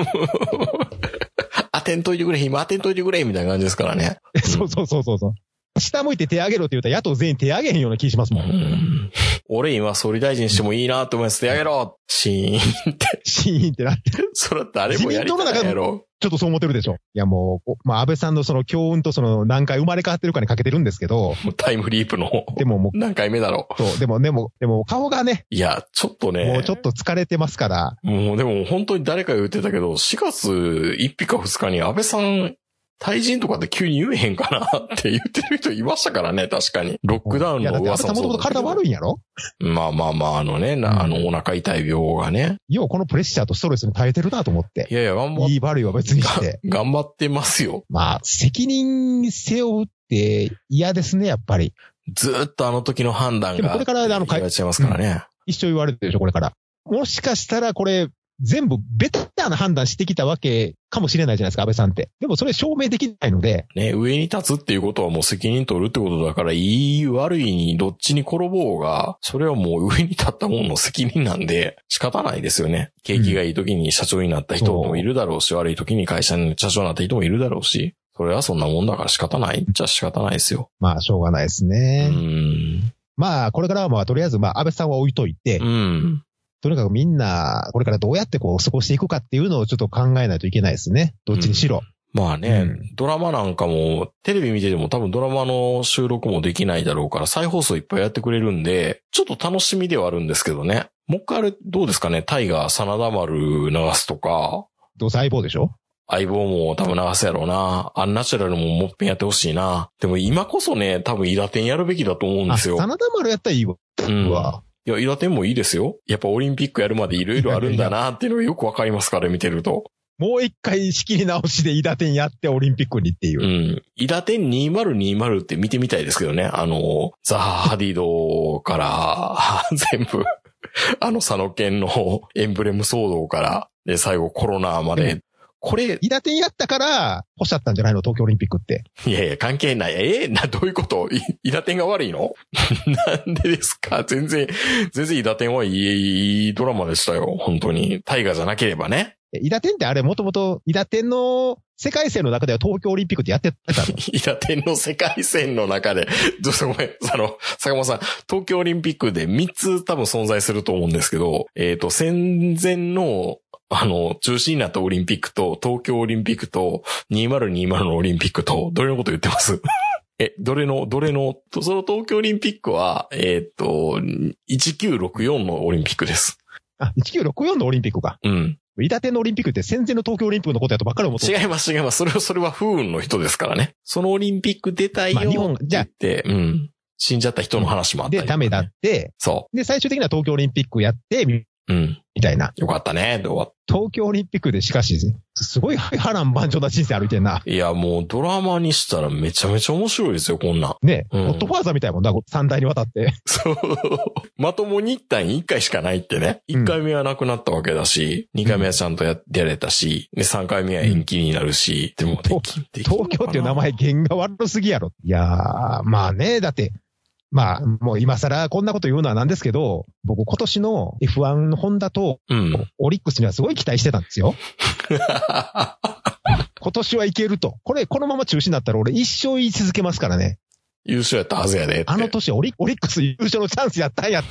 当てんといてくれ、今当てんといてくれ、みたいな感じですからね。
そう。下向いて手挙げろって言うたら野党全員手挙げへんような気しますもん。
俺今総理大臣してもいいなと思います。手挙げろシーンって。
シーンってなってる。
それ誰もやりたいやろ。
ちょっとそう思ってるでしょ。いやもう、まあ安倍さんのその強運とその何回生まれ変わってるかにかけてるんですけど。
タイムリープの。
でももう。
何回目だろう。
そう、でも顔がね。
いや、ちょっとね。
もうちょっと疲れてますから。
もうでも本当に誰か言ってたけど、4月1日か2日に安倍さん、退陣とかって急に言えへんかなって言ってる人いましたからね、確かに。ロックダウンの噂もそうだけど。いや、だって安倍さんもともと体悪いんやろ？まあ、お腹痛い病がね。
ようこのプレッシャーとストレスに耐えてるなと思って。
いや、頑張って。
いい悪いは別にして。
頑張ってますよ。
まあ、責任背負うって嫌ですね、やっぱり。
ずーっとあの時の判断が。
でもこれから
言われちゃいますからね。
一生言われてるでしょ、これから。もしかしたらこれ、全部ベターな判断してきたわけかもしれないじゃないですか、安倍さんって。でもそれ証明できないので。
ね、上に立つっていうことはもう責任取るってことだから、いい悪いにどっちに転ぼうが、それはもう上に立ったものの責任なんで、仕方ないですよね。景気がいい時に社長になった人もいるだろうし、悪い時に会社に社長になった人もいるだろうし、それはそんなもんだから仕方ないじゃ仕方ないですよ。
まあ、しょうがないですね。まあ、これからはとりあえず安倍さんは置いといて、とにかくみんな、これからどうやって過ごしていくかっていうのをちょっと考えないといけないですね。どっちにしろ。
まあね、ドラマなんかも、テレビ見てても多分ドラマの収録もできないだろうから、再放送いっぱいやってくれるんで、ちょっと楽しみではあるんですけどね。もう一回あれ、どうですかね、タイガー、真田丸流すとか。
どうせ相棒でしょ？
相棒も多分流すやろうな。アンナチュラルももっぺんやってほしいな。でも今こそね、多分イラテンやるべきだと思うんですよ。
真田丸やったらいいわ。
いや、イラテンもいいですよ。やっぱオリンピックやるまでいろいろあるんだなっていうのがよくわかりますから、見てると。
もう一回仕切り直しでイラテンやってオリンピックにっていう。
イラテン2020って見てみたいですけどね。ザハ・ハディドから全部、佐野県のエンブレム騒動から、で、最後コロナまで。これ。
イラテンやったから、欲しかったんじゃないの？東京オリンピックって。
いやいや、関係ない。どういうこと？イラテンが悪いの？なんでですか？全然イラテンはいいドラマでしたよ。本当に。大河じゃなければね。
イラテンってあれもともと、イラテンの世界線の中では東京オリンピックってやってたの？
イラテンの世界線の中で、ごめん、坂本さん、東京オリンピックで3つ多分存在すると思うんですけど、戦前の、中止になったオリンピックと、東京オリンピックと、2020のオリンピックと、どれのこと言ってます？どれの、その東京オリンピックは、1964のオリンピックです。
あ、1964のオリンピックか。イダテンのオリンピックって戦前の東京オリンピックのことやとばっかり思って。
違います。それは不運の人ですからね。そのオリンピック出たいよって言って、死んじゃった人の話もあったり、ね。
で、ダメだって。
そう。
で、最終的には東京オリンピックやって、みたいな。
よかったね。
東京オリンピックでしかし、すごい波乱万丈な人生歩いてんな。
いや、もうドラマにしたらめちゃめちゃ面白いですよ、こんなん。
ね、ゴッドファーザーみたいもんな、3代にわたって。
そう。まともに1体に1回しかないってね。1回目はなくなったわけだし、2回目はちゃんとやれたし、で、3回目は延期になるし、でも
東京っていう名前、弦が悪すぎやろ。いやー、まあね、だって、まあ、もう今更こんなこと言うのはなんですけど、僕今年の F1 のホンダと、オリックスにはすごい期待してたんですよ。今年はいけると。このまま中止になったら俺一生言い続けますからね。
優勝やったはずやで。
あの年オリックス優勝のチャンスやったんやって。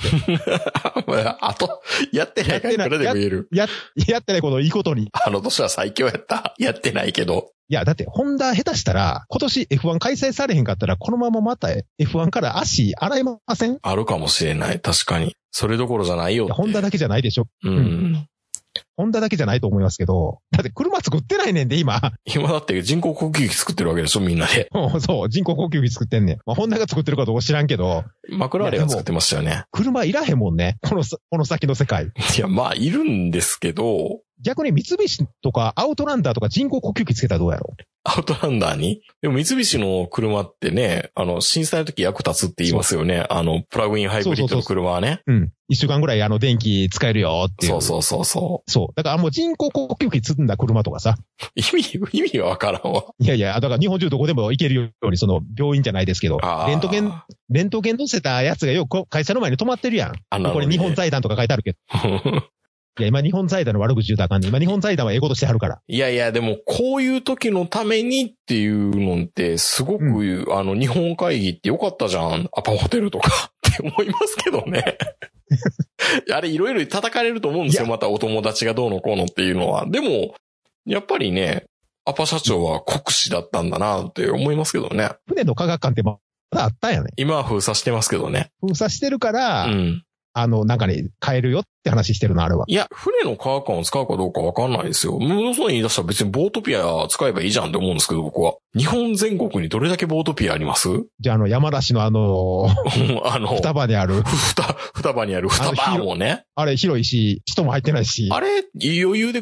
やってないからでも言える。
やってないこといいことに。
あの年は最強やった。やってないけど。
いや、だって、ホンダ下手したら、今年 F1 開催されへんかったら、このまままた F1 から足洗いません？
あるかもしれない。確かに。それどころじゃないよって。
ホンダだけじゃないでしょ。ホンダだけじゃないと思いますけど、だって車作ってないねんで、今。
今だって人工呼吸器作ってるわけでしょ、みんなで。
そう、人工呼吸器作ってんねん。まあ、ホンダが作ってるかどうか知らんけど。
マクラーレンが作ってましたよね。
車いらへんもんね。この先の世界。
いや、まあ、いるんですけど。
逆に三菱とかアウトランダーとか人工呼吸器つけたらどうやろう？
アウトランダーに。でも三菱の車ってね、震災の時役立つって言いますよね。プラグインハイブリッドの車はね。
うん。一週間ぐらい電気使えるよっていう。
そう。そう。
だからもう人工呼吸器積んだ車とかさ。
意味わからんわ。
いや、だから日本中どこでも行けるように、病院じゃないですけど、レントゲン乗せたやつがよく会社の前に止まってるやん。これ日本財団とか書いてあるけど。いや、今日本財団の悪口言うたらあかんね。今日本財団はええことしてはるから。
いや、でもこういう時のためにっていうのって、すごく、日本会議ってよかったじゃん。アパホテルとかって思いますけどね。あれいろいろ叩かれると思うんですよ。またお友達がどうのこうのっていうのは。でも、やっぱりね、アパ社長は国士だったんだなって思いますけどね。
船の科学館ってまだあったんやね。
今は封鎖してますけどね。
封鎖してるから、
うん。
なんかね、買えるよって話してるの、あれは。
いや、船の科学館を使うかどうかわかんないですよ。もうそう言い出したら別にボートピア使えばいいじゃんって思うんですけど、僕は。日本全国にどれだけボートピアあります？
じゃあ山梨の双葉にある。
双葉にある双葉もね。
あれ広いし、人も入ってないし。
あれ、余裕で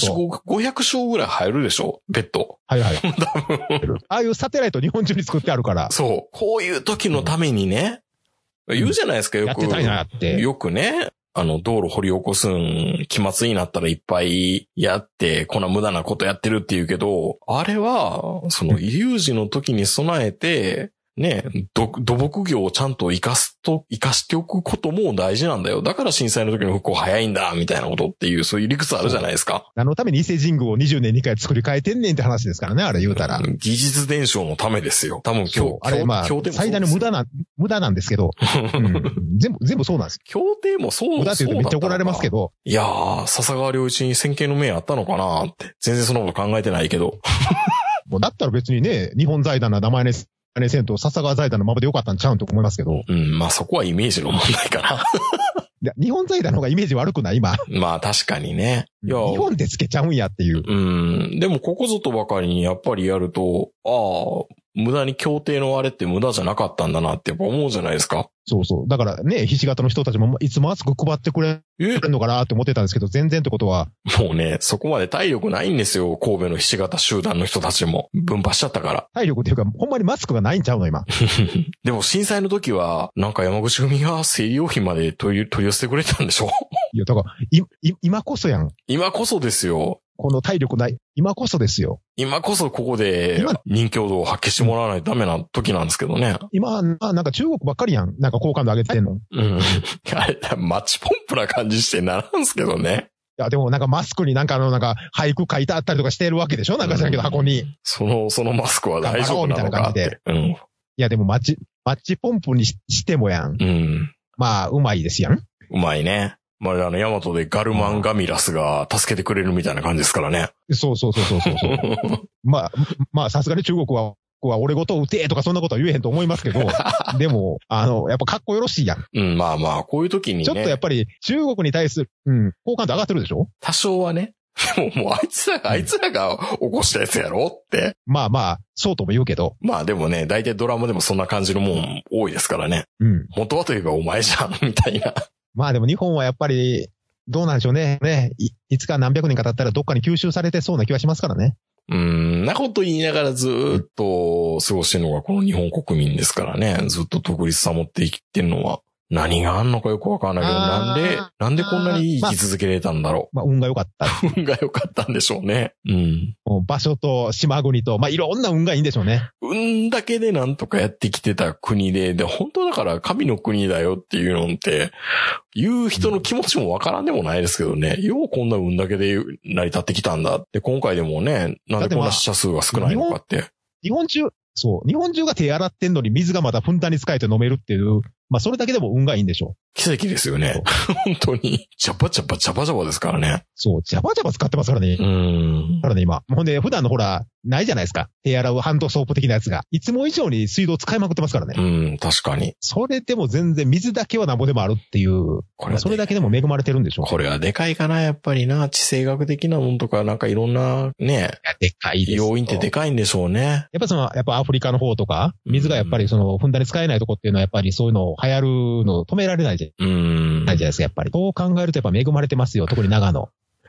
500床ぐらい入るでしょ？ベッド。
はい。
多分。
ああいうサテライト日本中に作ってあるから。
そう。こういう時のためにね。言うじゃないですか、よく。
やってたいなって。
よくね、道路掘り起こす期末になったらいっぱいやって、こんな無駄なことやってるって言うけど、あれは、有事の時に備えて、ね、土木業をちゃんと活かしておくことも大事なんだよ。だから震災の時の復興早いんだ、みたいなことっていう、そういう理屈あるじゃないですか。
ために伊勢神宮を20年2回作り変えてんねんって話ですからね、あれ言うたら。
技術伝承のためですよ。多分
あれ最大の無駄なんですけど、全部そうなんです。
協定もそう
無駄って言うとめっちゃ怒られますけど。
いやー、笹川良一に先見の明あったのかなって。全然そんなこと考えてないけど。
もうだったら別にね、日本財団の名前です。せんと笹川財団のままでよかったんちゃうんと思いますけど。
うん、まあそこはイメージの問題かな。
いや、日本財団の方がイメージ悪くない今。
まあ確かにね。
いや、日本でつけちゃうんやっていう。
でもここぞとばかりにやっぱりやると、無駄に協定のあれって無駄じゃなかったんだなってやっぱ思うじゃないですか。
そう。だからね、ひし形の人たちもいつも熱く配ってくれるのかなって思ってたんですけど、全然ってことは。
もうね、そこまで体力ないんですよ。神戸のひし形集団の人たちも。分派しちゃったから。
体力っていうか、ほんまにマスクがないんちゃうの今。
でも震災の時は、なんか山口組が生理用品まで取り寄せてくれたんでしょ？
いや、だから、今こそやん。
今こそですよ。
この体力ない。今こそですよ。
今こそここで人気度を発揮してもらわないとダメな時なんですけどね。
今、なんか中国ばっかりやん。なんか好感度上げてんの。
うん。あれ、マッチポンプな感じしてならんすけどね。
いや、でもなんかマスクになんか俳句書いてあったりとかしてるわけでしょ？なんか知らんけど箱に。
そのマスクは大丈夫なのかって。うん。い
や、でもマッチポンプにしてもやん。
うん。ま
あ、うまいですやん。
うまいね。まあ、ヤマトでガルマンガミラスが助けてくれるみたいな感じですからね。
そう。まあ、さすがに中国は俺ごと撃てとかそんなことは言えへんと思いますけど、でも、やっぱかっこよろしいやん。
うん、まあ、こういう時にね。
ちょっとやっぱり中国に対する、好感度上がってるでしょ？
多少はね。でもあいつらが起こしたやつやろって。
まあ、そうとも言うけど。
まあでもね、大体ドラマでもそんな感じのもん多いですからね。
うん。
元はといえばお前じゃん、みたいな。
まあでも日本はやっぱり、どうなんでしょうね。いつか何百年か経ったらどっかに吸収されてそうな気はしますからね。
なこと言いながらずーっと過ごしてるのがこの日本国民ですからね。ずっと独立保って生きてるのは。何があんのかよくわかんないけど、なんでこんなに生き続けれたんだろう。
まあ、運が良かった。
運が良かったんでしょうね。うん。
場所と島国と、まあ、いろんな運がいいんでしょうね。
運だけでなんとかやってきてた国で、本当だから神の国だよっていうのって、言う人の気持ちもわからんでもないですけどね。ようこんな運だけで成り立ってきたんだって、今回でもね、なんでこんな死者数が少ないのかって。
日本中が手洗ってんのに水がまたふんだんに使えて飲めるっていう、まあそれだけでも運がいいんでしょう。
奇跡ですよね。本当に。ジャバジャバですからね。
そう、ジャバジャバ使ってますからね。だからね、今。ほんで、普段のほら、ないじゃないですか。手洗うハンドソープ的なやつが。いつも以上に水道使いまくってますからね。
確かに。
それでも全然水だけはなんぼでもあるっていう。それだけでも恵まれてるんでしょう。
これはでかいかな、やっぱりな。地政学的なもんとか、なんかいろんな、ね。
いや、でかいです。
要因ってでかいんでしょうね。
やっぱアフリカの方とか、水がやっぱりふんだんに使えないとこっていうのはやっぱりそういうの流行るのを止められないじゃないですか、やっぱり。そう考えるとやっぱ恵まれてますよ、特に長野。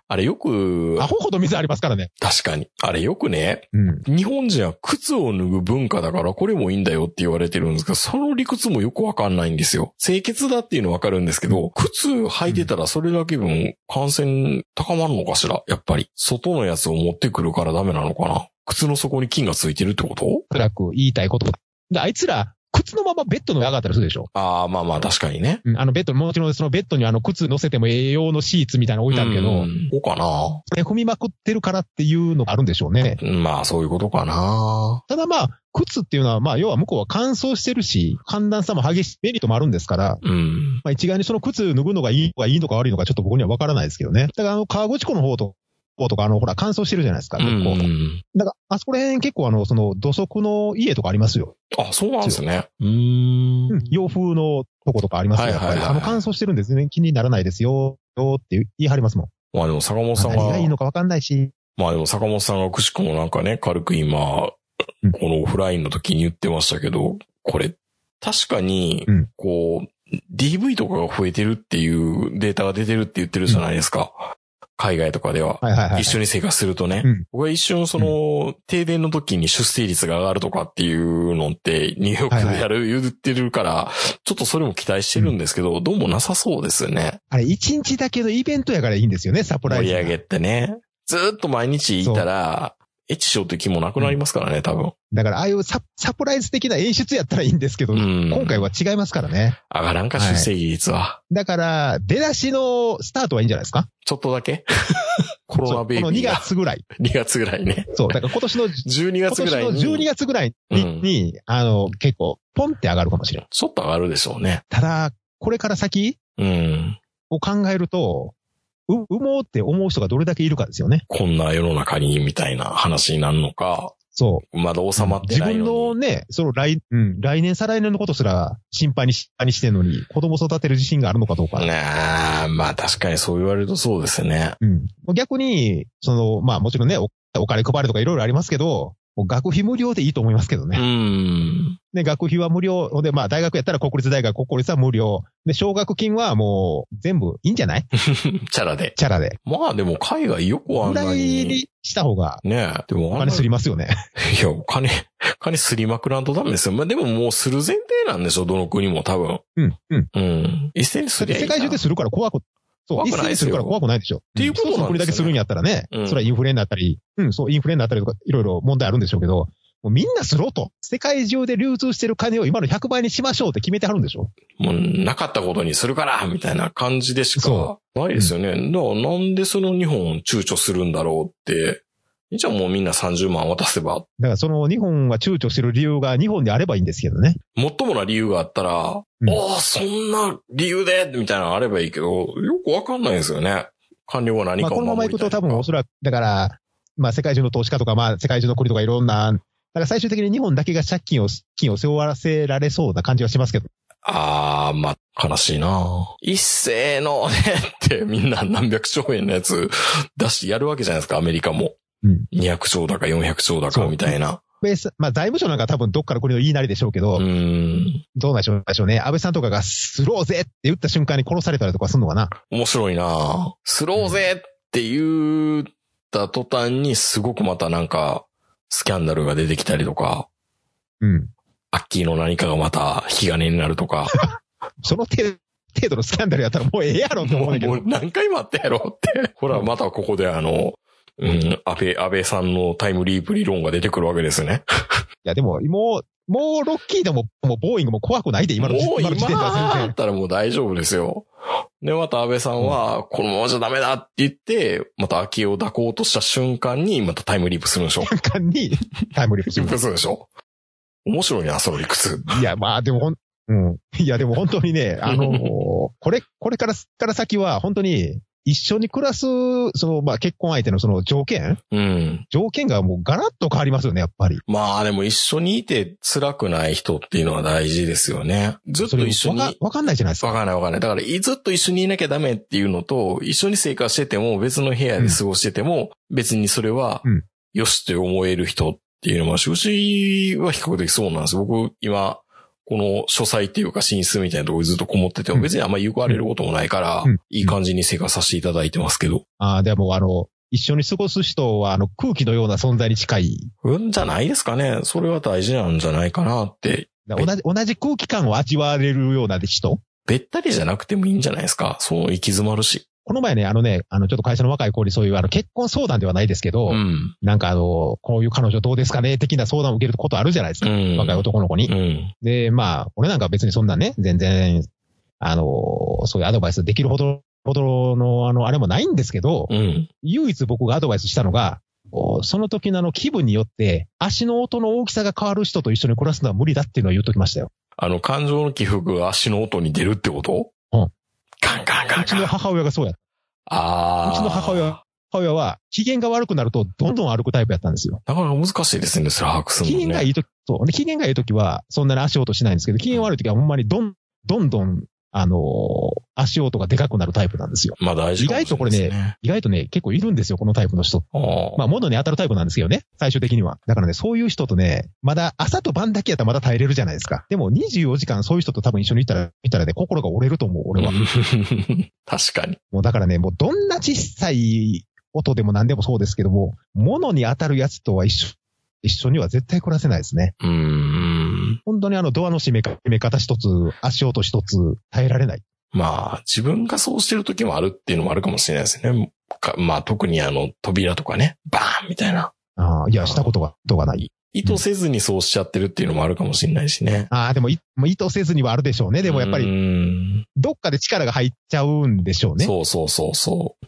あれよく、
アホほど水ありますからね。
確かに。あれよくね、
うん、
日本人は靴を脱ぐ文化だからこれもいいんだよって言われてるんですけど、その理屈もよくわかんないんですよ。清潔だっていうのわかるんですけど、靴履いてたらそれだけ分感染高まるのかしら？やっぱり。外のやつを持ってくるからダメなのかな？靴の底に菌がついてるってこと？
おそらく言いたいこと。で、あいつら、靴のままベッドの上がったりするでしょ。
ああ、まあまあ確かにね。
ベッド、もちろんそのベッドに靴乗せても栄養のシーツみたいなの置いてあるけど、
そうかな。
これ踏みまくってるからっていうのがあるんでしょうね。
まあそういうことかな。
ただまあ、靴っていうのはまあ要は向こうは乾燥してるし、寒暖差も激しいメリットもあるんですから、まあ一概にその靴脱ぐのがいいのか悪いのかちょっと僕には分からないですけどね。だから河口湖の方とかほら乾燥してるじゃないですか、結構。だから、あそこら辺結構その土足の家とかありますよ。
あ、そうなんですね。
洋風のとことかありますよ。やっぱり乾燥してるんで全然気にならないですよ、って言い張りますもん。
まあでも坂本さんが。
何がいいのか分かんないし。
まあでも坂本さんがくしくもなんかね、軽く今、このオフラインの時に言ってましたけど、これ、確かに、こう、DV とかが増えてるっていうデータが出てるって言ってるじゃないですか。海外とかでは。一緒に生活するとね。僕は一瞬停電の時に出生率が上がるとかっていうのって、ニューヨークで言ってるから、ちょっとそれも期待してるんですけど、どうもなさそうですよね。
あれ、一日だけのイベントやからいいんですよね、サプライズ。
盛り上げってね。ずーっと毎日いたら、エッチしようって気もなくなりますからね、多分。
だから、ああいうサプライズ的な演出やったらいいんですけど、今回は違いますからね。
上がらんか、出生率は。
だから、出だしのスタートはいいんじゃないですか？
ちょっとだけコロナベイビーが。
この2月ぐらい。
2月ぐらいね。
そう、だから今年の
12月ぐらいに。
今年の12月ぐらいに、結構、ポンって上がるかもしれん。
ちょっと上がるでしょうね。
ただ、これから先を考えると、産もうって思う人がどれだけいるかですよね。
こんな世の中に、みたいな話になるのか。
そう。
まだ収まってないのに。
自分のね、来年再来年のことすら心配にしてんのに、子供育てる自信があるのかどうか。
まあ確かにそう言われるとそうですね。
逆に、まあもちろんね、お金配るとかいろいろありますけど、学費無料でいいと思いますけどね。で、学費は無料。で、まあ大学やったら国立大学、国立は無料。で、奨学金はもう全部いいんじゃない？
チャラで。まあでも海外よくあんなに。
ぐらいにした方が。
ねえ。でも
お金すりますよね。
いや、金すりまくらんとダメですよ。まあでももうする前提なんでしょ、どの国も多分。一斉にすりゃいいな。
世界中でするから怖く一斉にするから怖くないでしょ。
っていうことなんですよね。
一つの国だけするんやったらね、それはインフレになったり、インフレになったりとか、いろいろ問題あるんでしょうけど、もうみんなすろと。世界中で流通してる金を今の100倍にしましょうって決めてはるんでしょ。
もうなかったことにするから、みたいな感じでしかないですよね。だからなんでその日本躊躇するんだろうって、じゃあもうみんな30万渡せば。だか
らその日本が躊躇してる理由が日本であればいいんですけどね。
もっともな理由があったら、そんな理由でみたいなのあればいいけど、よくわかんないですよね。官僚が何かを守りたい。
このまま行くと多分おそらく、だから、まあ世界中の投資家とか、まあ世界中の国とかいろんな、だから最終的に日本だけが借金を背負わせられそうな感じはしますけど。
まあ、悲しいな。一斉のねってみんな何百兆円のやつ出してやるわけじゃないですか、アメリカも。200兆だか400兆だかみたいな。
まあ財務省なんか多分どっかの国の言いなりでしょうけど、どうなんでしょうね。安倍さんとかがスローぜって言った瞬間に殺されたりとかするのかな。
面白いな。スローぜって言った途端にすごくまたなんかスキャンダルが出てきたりとか、アッキーの何かがまた引き金になるとか。
その程度のスキャンダルやったらもうええやろって思うんだけど。
もう何回もあったやろって。ほら、またここで安倍さんのタイムリープ理論が出てくるわけですね。
いや、でも、もうロッキーでも、ボーイングも怖くないで、今の時点では
だったらもう大丈夫ですよ。で、また安倍さんは、このままじゃダメだって言って、また秋を抱こうとした瞬間に、またタイムリープするんでしょ。
瞬間に、タイムリープする。
そうでしょ。面白いな、その理屈。
いや、まあ、でもいや、でも本当にね、これから先は本当に、一緒に暮らす、まあ、結婚相手のその条件条件がもうガラッと変わりますよね、やっぱり。
まあ、でも一緒にいて辛くない人っていうのは大事ですよね。ずっと一緒に。
わかんないじゃないですか。
わかんない。だから、ずっと一緒にいなきゃダメっていうのと、一緒に生活してても、別の部屋で過ごしてても、別にそれは、よしって思える人っていうのも、うちは比較的そうなんです。僕、今、 この書斎っていうか寝室みたいなところにずっとこもってて、別にあんまり言われることもないから、いい感じに生活させていただいてますけど。
でも一緒に過ごす人は空気のような存在に近い。
じゃないですかね。それは大事なんじゃないかなって。
同じ空気感を味わわれるような人？
べったりじゃなくてもいいんじゃないですか。そう行き詰まるし。
この前ね、ちょっと会社の若い子にそういう結婚相談ではないですけど、なんかこういう彼女どうですかね的な相談を受けることあるじゃないですか。若い男の子に。で、俺なんか別にそんなね、全然、そういうアドバイスできるほどのあれもないんですけど、唯一僕がアドバイスしたのが、その時の気分によって足の音の大きさが変わる人と一緒に暮らすのは無理だっていうのを言っときましたよ。
感情の起伏が足の音に出るってこと？ガンガンガンガン。
うちの母親がそうやった。うちの母親は機嫌が悪くなるとどんどん歩くタイプやったんですよ。
なかなか難しいですね、それ把握するのね。
機嫌がいいときはそんなに足音しないんですけど、機嫌悪いときはほんまにどんどん足音がでかくなるタイプなんですよ。
大事かもしれないですね。
意外とね、結構いるんですよ、このタイプの人。物に当たるタイプなんですけどね、最終的には。だからね、そういう人とね、まだ朝と晩だけやったらまだ耐えれるじゃないですか。でも24時間そういう人と多分一緒にいたらね、心が折れると思う、俺は。
確かに。
もうだからね、もうどんな小さい音でも何でもそうですけども、物に当たるやつとは一緒には絶対暮らせないですね。本当にドアの閉め方一つ、足音一つ耐えられない。
自分がそうしてる時もあるっていうのもあるかもしれないですね。特に扉とかね、バーンみたいな。
いや、したことがない。
意図せずにそうしちゃってるっていうのもあるかもしれないしね。
でも意図せずにはあるでしょうね。でもやっぱり、どっかで力が入っちゃうんでしょうね。
そう。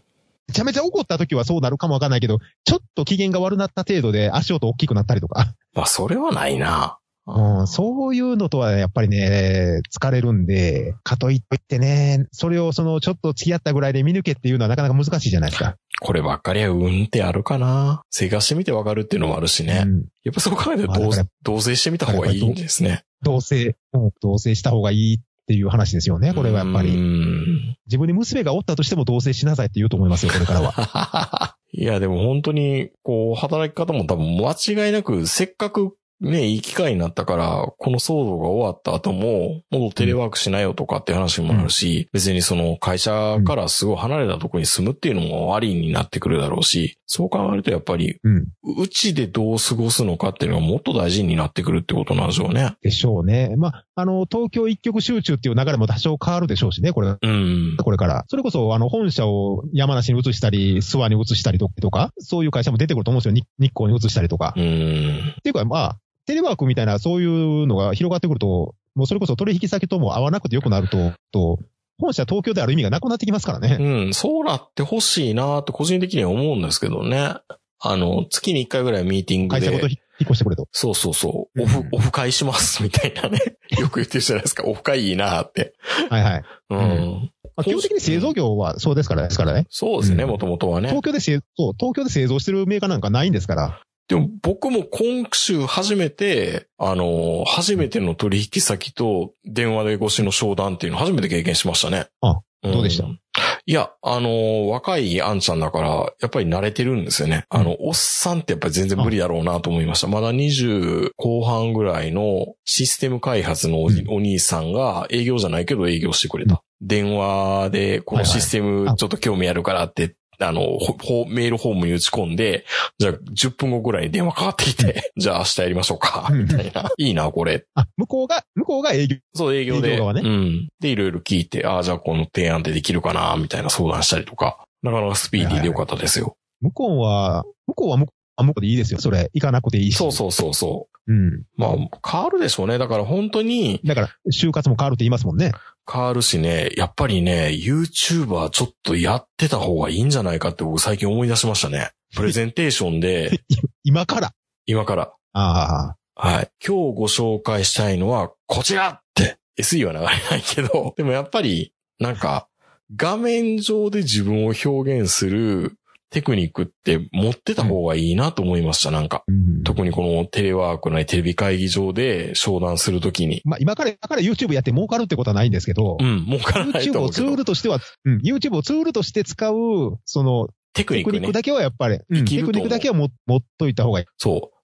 めちゃめちゃ怒った時はそうなるかもわかんないけど、ちょっと機嫌が悪なった程度で足音大きくなったりとか。
それはないな。
そういうのとはやっぱりね、疲れるんで、かといってね、それをちょっと付き合ったぐらいで見抜けっていうのはなかなか難しいじゃないですか。こ
ればっかりはってあるかな。生活してみてわかるっていうのもあるしね。やっぱそう考えたら同棲してみた方がいいんですね。
同棲した方がいいっていう話ですよね、これはやっぱり。自分に娘がおったとしても同棲しなさいって言うと思いますよ、これからは。
いや、でも本当に、働き方も多分間違いなく、せっかくね、いい機会になったから、この騒動が終わった後も、もうテレワークしなよとかって話もあるし、別に会社からすごい離れたところに住むっていうのもありになってくるだろうし、そう考えるとやっぱり、うちでどう過ごすのかっていうのがもっと大事になってくるってことなんでしょうね。
でしょうね。東京一極集中っていう流れも多少変わるでしょうしね、これから。それこそ、本社を山梨に移したり、諏訪に移したりとか、そういう会社も出てくると思うんですよ。日光に移したりとか。っていうか、テレワークみたいなそういうのが広がってくると、もうそれこそ取引先とも合わなくてよくなると、本社東京である意味がなくなってきますからね。
そうなってほしいなと個人的には思うんですけどね。月に1回ぐらいミーティングで。
会社ごと引っ越してくれと。
そう。オフ会しますみたいなね。よく言ってるじゃないですか。オフ会いいなって。
はい。基本的に製造業はそうですからね。
そうですね、もともとはね。
東京で製造してるメーカーなんかないんですから。
でも僕も今週初めての取引先と電話で越しの商談っていうのを初めて経験しましたね。
どうでした？
いや、若いあんちゃんだから、やっぱり慣れてるんですよね。おっさんってやっぱり全然無理だろうなと思いました。まだ20後半ぐらいのシステム開発のお兄さんが営業じゃないけど営業してくれた。電話でこのシステムちょっと興味あるからって、メールホームに打ち込んで、じゃあ10分後ぐらいに電話かかってきて、じゃあ明日やりましょうか、みたいな。いいな、これ。
向こうが営業。
そう、営業で。
営業側ね。
で、いろいろ聞いて、じゃあこの提案ってできるかな、みたいな相談したりとか。なかなかスピーディーでよかったですよ。
向こうは向こうでいいですよ。それ、行かなくていいし。
そう。変わるでしょうね。だから本当に。
だから、就活も変わるって言いますもんね。
変わるしね、やっぱりね、YouTuber ちょっとやってた方がいいんじゃないかって僕最近思い出しましたね。プレゼンテーションで。
今から。
はい。今日ご紹介したいのはこちらって SE は流れないけど、でもやっぱりなんか画面上で自分を表現するテクニックって持ってた方がいいなと思いました、なんか。特にこのテレワークないテレビ会議場で商談するときに。
今から YouTube やって儲かるってことはないんですけど。
儲からないと思うけど。
YouTube をツールとしては、YouTube をツールとして使う、
テクニック
だけはやっぱり、テクニックだけは持っといた方がいい。
そう。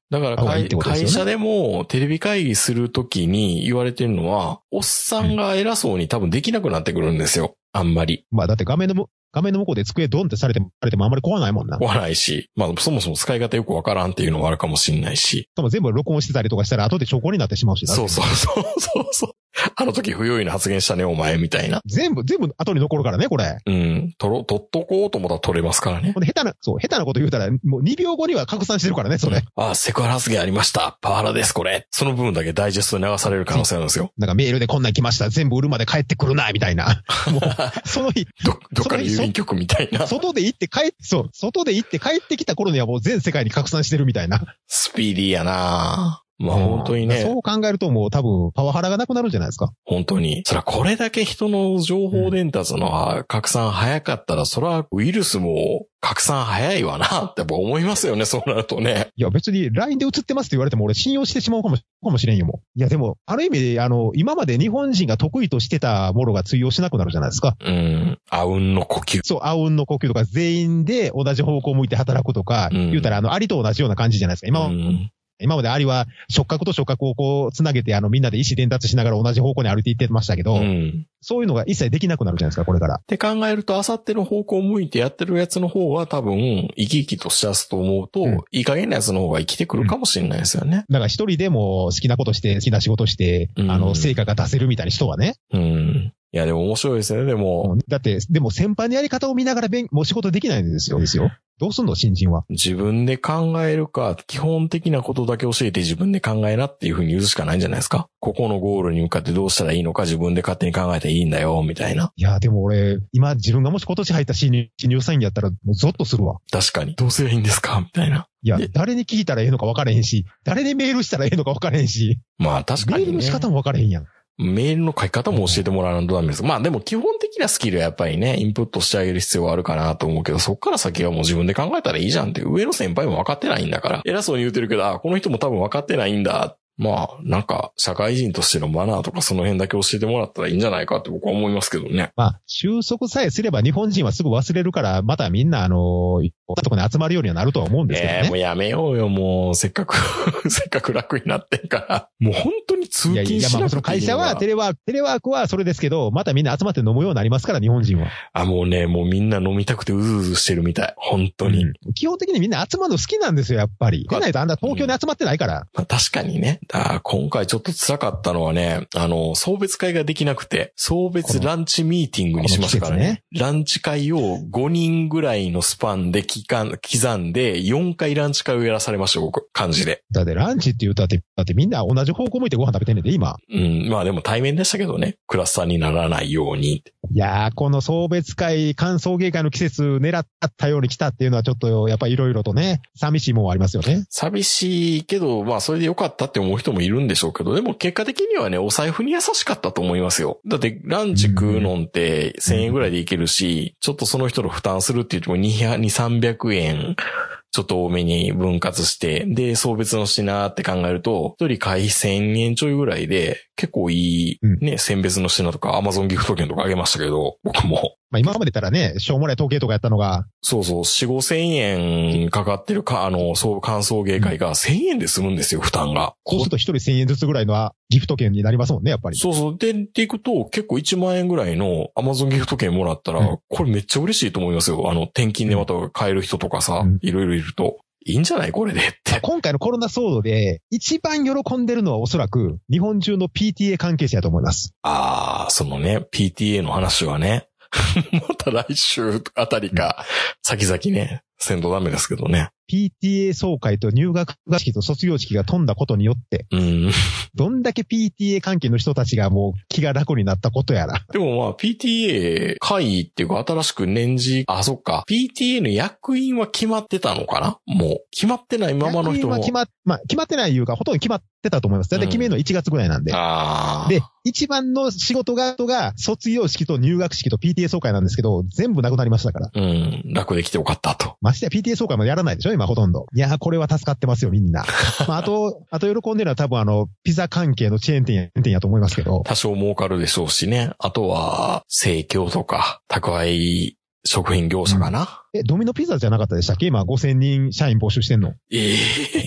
だから会社でもテレビ会議するときに言われてるのは、おっさんが偉そうに多分できなくなってくるんですよ。あんまり。
まあだって画面の向こうで机ドンってされてもあんまり怖ないもんな。
怖ないし、まあそもそも使い方よくわからんっていうのもあるかもしれないし。
しかも全部録音してたりとかしたら後で証拠になってしまうしな。
そう。あの時不用意な発言したね、お前みたいな。
全部後に残るからね、これ。
うん。取っとこうと思ったら取れますからね。
下手なこと言うたら、もう2秒後には拡散してるからね、それ。
セクハラ発言ありました。パワハラです、これ。その部分だけダイジェストで流される可能性あるんですよ。
なんかメールでこんなん来ました。全部売るまで帰ってくるな、みたいな。もう、その日。
どっかの郵便局みたいな。
外で行って帰ってきた頃にはもう全世界に拡散してるみたいな。
スピーディーやなぁ。まあ本当にね。
そう考えるともう多分パワハラがなくなるんじゃないですか。
本当に。そらこれだけ人の情報伝達の拡散早かったら、そらウイルスも拡散早いわなってやっぱ思いますよね、そうなるとね。
いや別に LINE で映ってますって言われても俺信用してしまうかもしれんよもう。いやでも、ある意味今まで日本人が得意としてたものが通用しなくなるじゃないですか。
あうんの呼吸。
そう、あうんの呼吸とか全員で同じ方向を向いて働くとか、言うたらアリと同じような感じじゃないですか。今までアリは触覚と触覚をこうつなげてみんなで意思伝達しながら同じ方向に歩いていってましたけど、そういうのが一切できなくなるじゃないですか、これから。
って考えると、あさっての方向を向いてやってるやつの方は多分、生き生きとしやすと思うと、いい加減なやつの方が生きてくるかもしれないですよね。
だから一人でも好きなことして、好きな仕事して、成果が出せるみたいな人はね。
いや、でも面白いですね、でも。
だって、でも先輩のやり方を見ながらもう仕事できないんですよ。どうすんの新人は。
自分で考えるか、基本的なことだけ教えて自分で考えなっていう風に言うしかないんじゃないですか。ここのゴールに向かってどうしたらいいのか自分で勝手に考えていいんだよ、みたいな。
いや、でも俺、今自分がもし今年入った新入社員やったらもうゾッとするわ。
確かに。どうすればいいんですかみたいな。
いや、誰に聞いたらええのか分からへんし、誰にメールしたらええのか分からへんし。
まあ確かにね。
メールの仕方も分からへんやん。
メールの書き方も教えてもらわないとダメです。まあでも基本的なスキルはやっぱりね、インプットしてあげる必要はあるかなと思うけど、そっから先はもう自分で考えたらいいじゃんっていう、上の先輩も分かってないんだから。偉そうに言うてるけど、この人も多分分かってないんだ。まあ、なんか、社会人としてのマナーとかその辺だけ教えてもらったらいいんじゃないかって僕は思いますけどね。
まあ、収束さえすれば日本人はすぐ忘れるから、またみんなとこに集まるようにはなるとは思うんですけどね。
もうやめようよ、もう。せっかく楽になってんから。もう本当に通勤しなくていいのが。いや、まあ、その会社はテレワークはそれですけど、またみんな集まって飲むようになりますから、日本人は。もうね、もうみんな飲みたくてうずうずしてるみたい。本当に。
基本的にみんな集まるの好きなんですよ、やっぱり。でないとあんな東京に集まってないから。
まあ確かにね。今回ちょっと辛かったのはね、送別会ができなくて、送別ランチミーティングにしましたからね。ランチ会を5人ぐらいのスパンで刻んで、4回ランチ会をやらされました、僕、感じで。
だってランチって言うだってみんな同じ方向向いてご飯食べてんねんで、今。
まあでも対面でしたけどね、クラスターにならないように。
いやー、この送別会、歓送迎会の季節狙ったように来たっていうのはちょっと、やっぱりいろいろとね、寂しいもんはありますよね。
寂しいけど、まあそれでよかったって思う人もいるんでしょうけど、でも結果的にはね、お財布に優しかったと思いますよ。だってランチ食うのって1000円ぐらいでいけるし、ちょっとその人の負担するって言っても200、300円、ちょっと多めに分割して、で、送別の品って考えると、一人会費1000円ちょいぐらいで、結構いい、ね、選別の品とか、Amazon ギフト券とかあげましたけど、僕も。
まあ今まで言ったらね、しょうもない統計とかやったのが。
そう、4、5千円かかってるか、歓送迎会が1000円で済むんですよ、負担が。
そうすると一人1000円ずつぐらいのギフト券になりますもんね、やっぱり。
そう。で、っていくと、結構1万円ぐらいの Amazon ギフト券もらったら、これめっちゃ嬉しいと思いますよ。転勤でまた買える人とかさ、いろいろいると。いいんじゃないこれでって。
今回のコロナ騒動で一番喜んでるのはおそらく日本中の PTA 関係者だと思います。
そのね、PTA の話はね、また来週あたりか、先々ね、せんとダメですけどね。
PTA 総会と入学式と卒業式が飛んだことによって、どんだけ PTA 関係の人たちがもう気が楽になったことやら。
でもまあ PTA 会議っていうか新しくそっか。PTA の役員は決まってたのかなもう決まってないままの人も。
役員は決まってないいうかほとんど決まってたと思います。だいたい決めるの1月ぐらいなんで。で、一番の仕事が卒業式と入学式と PTA 総会なんですけど、全部なくなりましたから。
楽できてよかったと。
ましてや PTA 総会もやらないでしょ今ほとんど。いやー、これは助かってますよ、みんな。あと喜んでるのは多分ピザ関係のチェーン店やと思いますけど。
多少儲かるでしょうしね。あとは、生協とか、宅配食品業者かな。
ドミノピザじゃなかったでしたっけ今5000人社員募集してんの。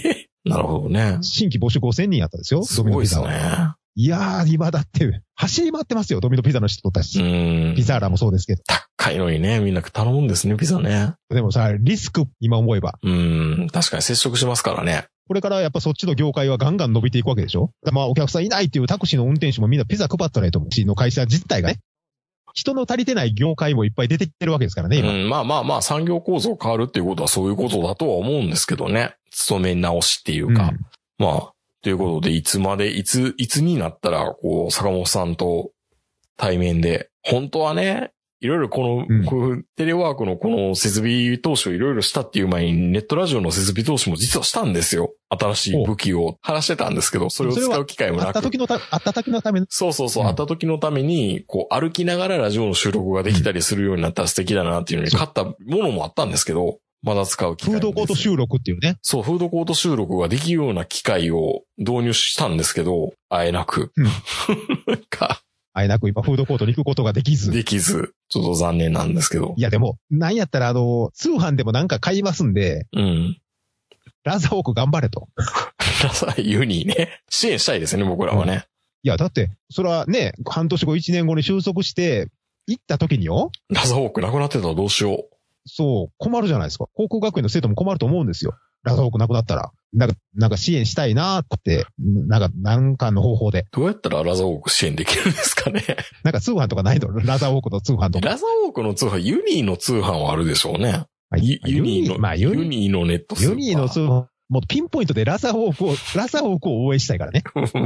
なるほどね。
新規募集5000人やったんですよ。
すごいですね。
いやー、今だって、走り回ってますよ、ドミノピザの人たち。ピザーラもそうですけど。
高いのにね、みんな頼むんですね、ピザね。
でもさ、リスク、今思えば。
確かに接触しますからね。
これからやっぱそっちの業界はガンガン伸びていくわけでしょ。まあお客さんいないっていうタクシーの運転手もみんなピザ配ったらいいと思うし、の会社自体がね。人の足りてない業界もいっぱい出てきてるわけですからね、今。
まあ、産業構造変わるっていうことはそういうことだとは思うんですけどね。勤め直しっていうか。まあ、ということで、いつになったら、こう、坂本さんと対面で、本当はね、いろいろこうテレワークのこの設備投資をいろいろしたっていう前に、ネットラジオの設備投資も実はしたんですよ。新しい武器を話してたんですけど、それを使う機会もなく。
あった時のために。
そう、あった時のために、こう、歩きながらラジオの収録ができたりするようになったら素敵だなっていうのに買ったものもあったんですけど、まだ使う機会。
フードコート収録っていうね。
そう、フードコート収録ができるような機械を導入したんですけど、あえなく。あ
えなく今フードコートに行くことができず。
ちょっと残念なんですけど。
いやでも、なんやったら通販でもなんか買いますんで。ラザーオーク頑張れと。
ラザーユニね。支援したいですね、僕らはね。
いや、だって、それはね、半年後、1年後に収束して、行った時によ。
ラザーオークなくなってたらどうしよう。
そう、困るじゃないですか。航空学園の生徒も困ると思うんですよ。ラザーオークなくなったら。なんか支援したいなーって、なんかの方法で。
どうやったらラザーオーク支援できるんですかね。
なんか通販とかないの？ラザーオークの通販とか。
ラザーオークの通販、ユニーの通販はあるでしょうね。ユニーのネットスーパー。
ユニーの通販、もうピンポイントでラザーオークを応援したいからね。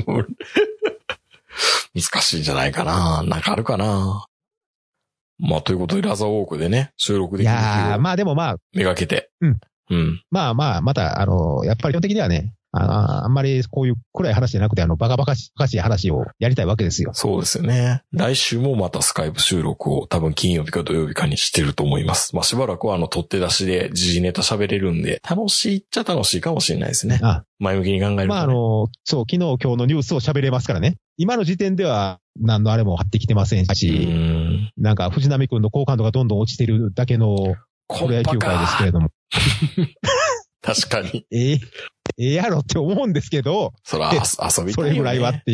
難しいんじゃないかな。なんかあるかな。まあ、ということで、ラザーウォークでね、収録できる。い
やー、まあでもまあ。
めがけて。
まあ、また、やっぱり基本的にはね、あんまりこういう暗い話じゃなくて、バカバカしい話をやりたいわけですよ。
そうですよね。来週もまたスカイプ収録を多分金曜日か土曜日かにしてると思います。まあしばらくは取って出しで時事ネタ喋れるんで、楽しいっちゃ楽しいかもしれないですね。前向きに考えると、ね。
まあそう、昨日今日のニュースを喋れますからね。今の時点では何のあれも張ってきてませんし、なんか藤波くんの好感度がどんどん落ちてるだけのプロ野球界ですけれども。
確かに。
やろって思うんですけど。
そら、遊びたいよね。
それぐらいはっていう。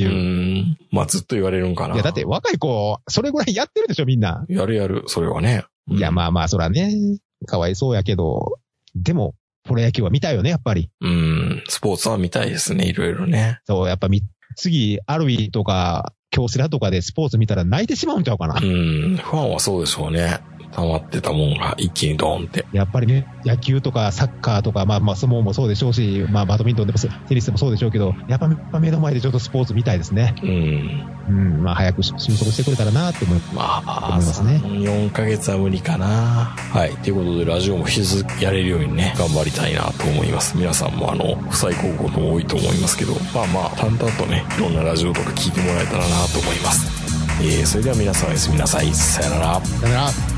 まあ、ずっと言われるんかな。
いや、だって若い子、それぐらいやってるでしょ、みんな。
やる、それはね。
いや、まあ、そらね、かわいそうやけど、でも、プロ野球は見たいよね、やっぱり。
スポーツは見たいですね、いろいろね。
そう、やっぱ次、アルビーとか、京セラとかでスポーツ見たら泣いてしまうんちゃうかな。フ
ァンはそうでしょうね。溜まってたもんが一気にドーンって。
やっぱりね、野球とかサッカーとか、まあ相撲もそうでしょうし、まあバドミントンでもテニスでもそうでしょうけど、やっぱ目の前でちょっとスポーツ見たいですね。まあ早く収束してくれたらなって思いますね。
4ヶ月は無理かな。はい。ということでラジオも引き続きやれるようにね、頑張りたいなと思います。皆さんも不細工ことも多いと思いますけど、まあ淡々とね、いろんなラジオとか聞いてもらえたらなと思います。それでは皆さんおやすみなさい。さよなら。
さよなら。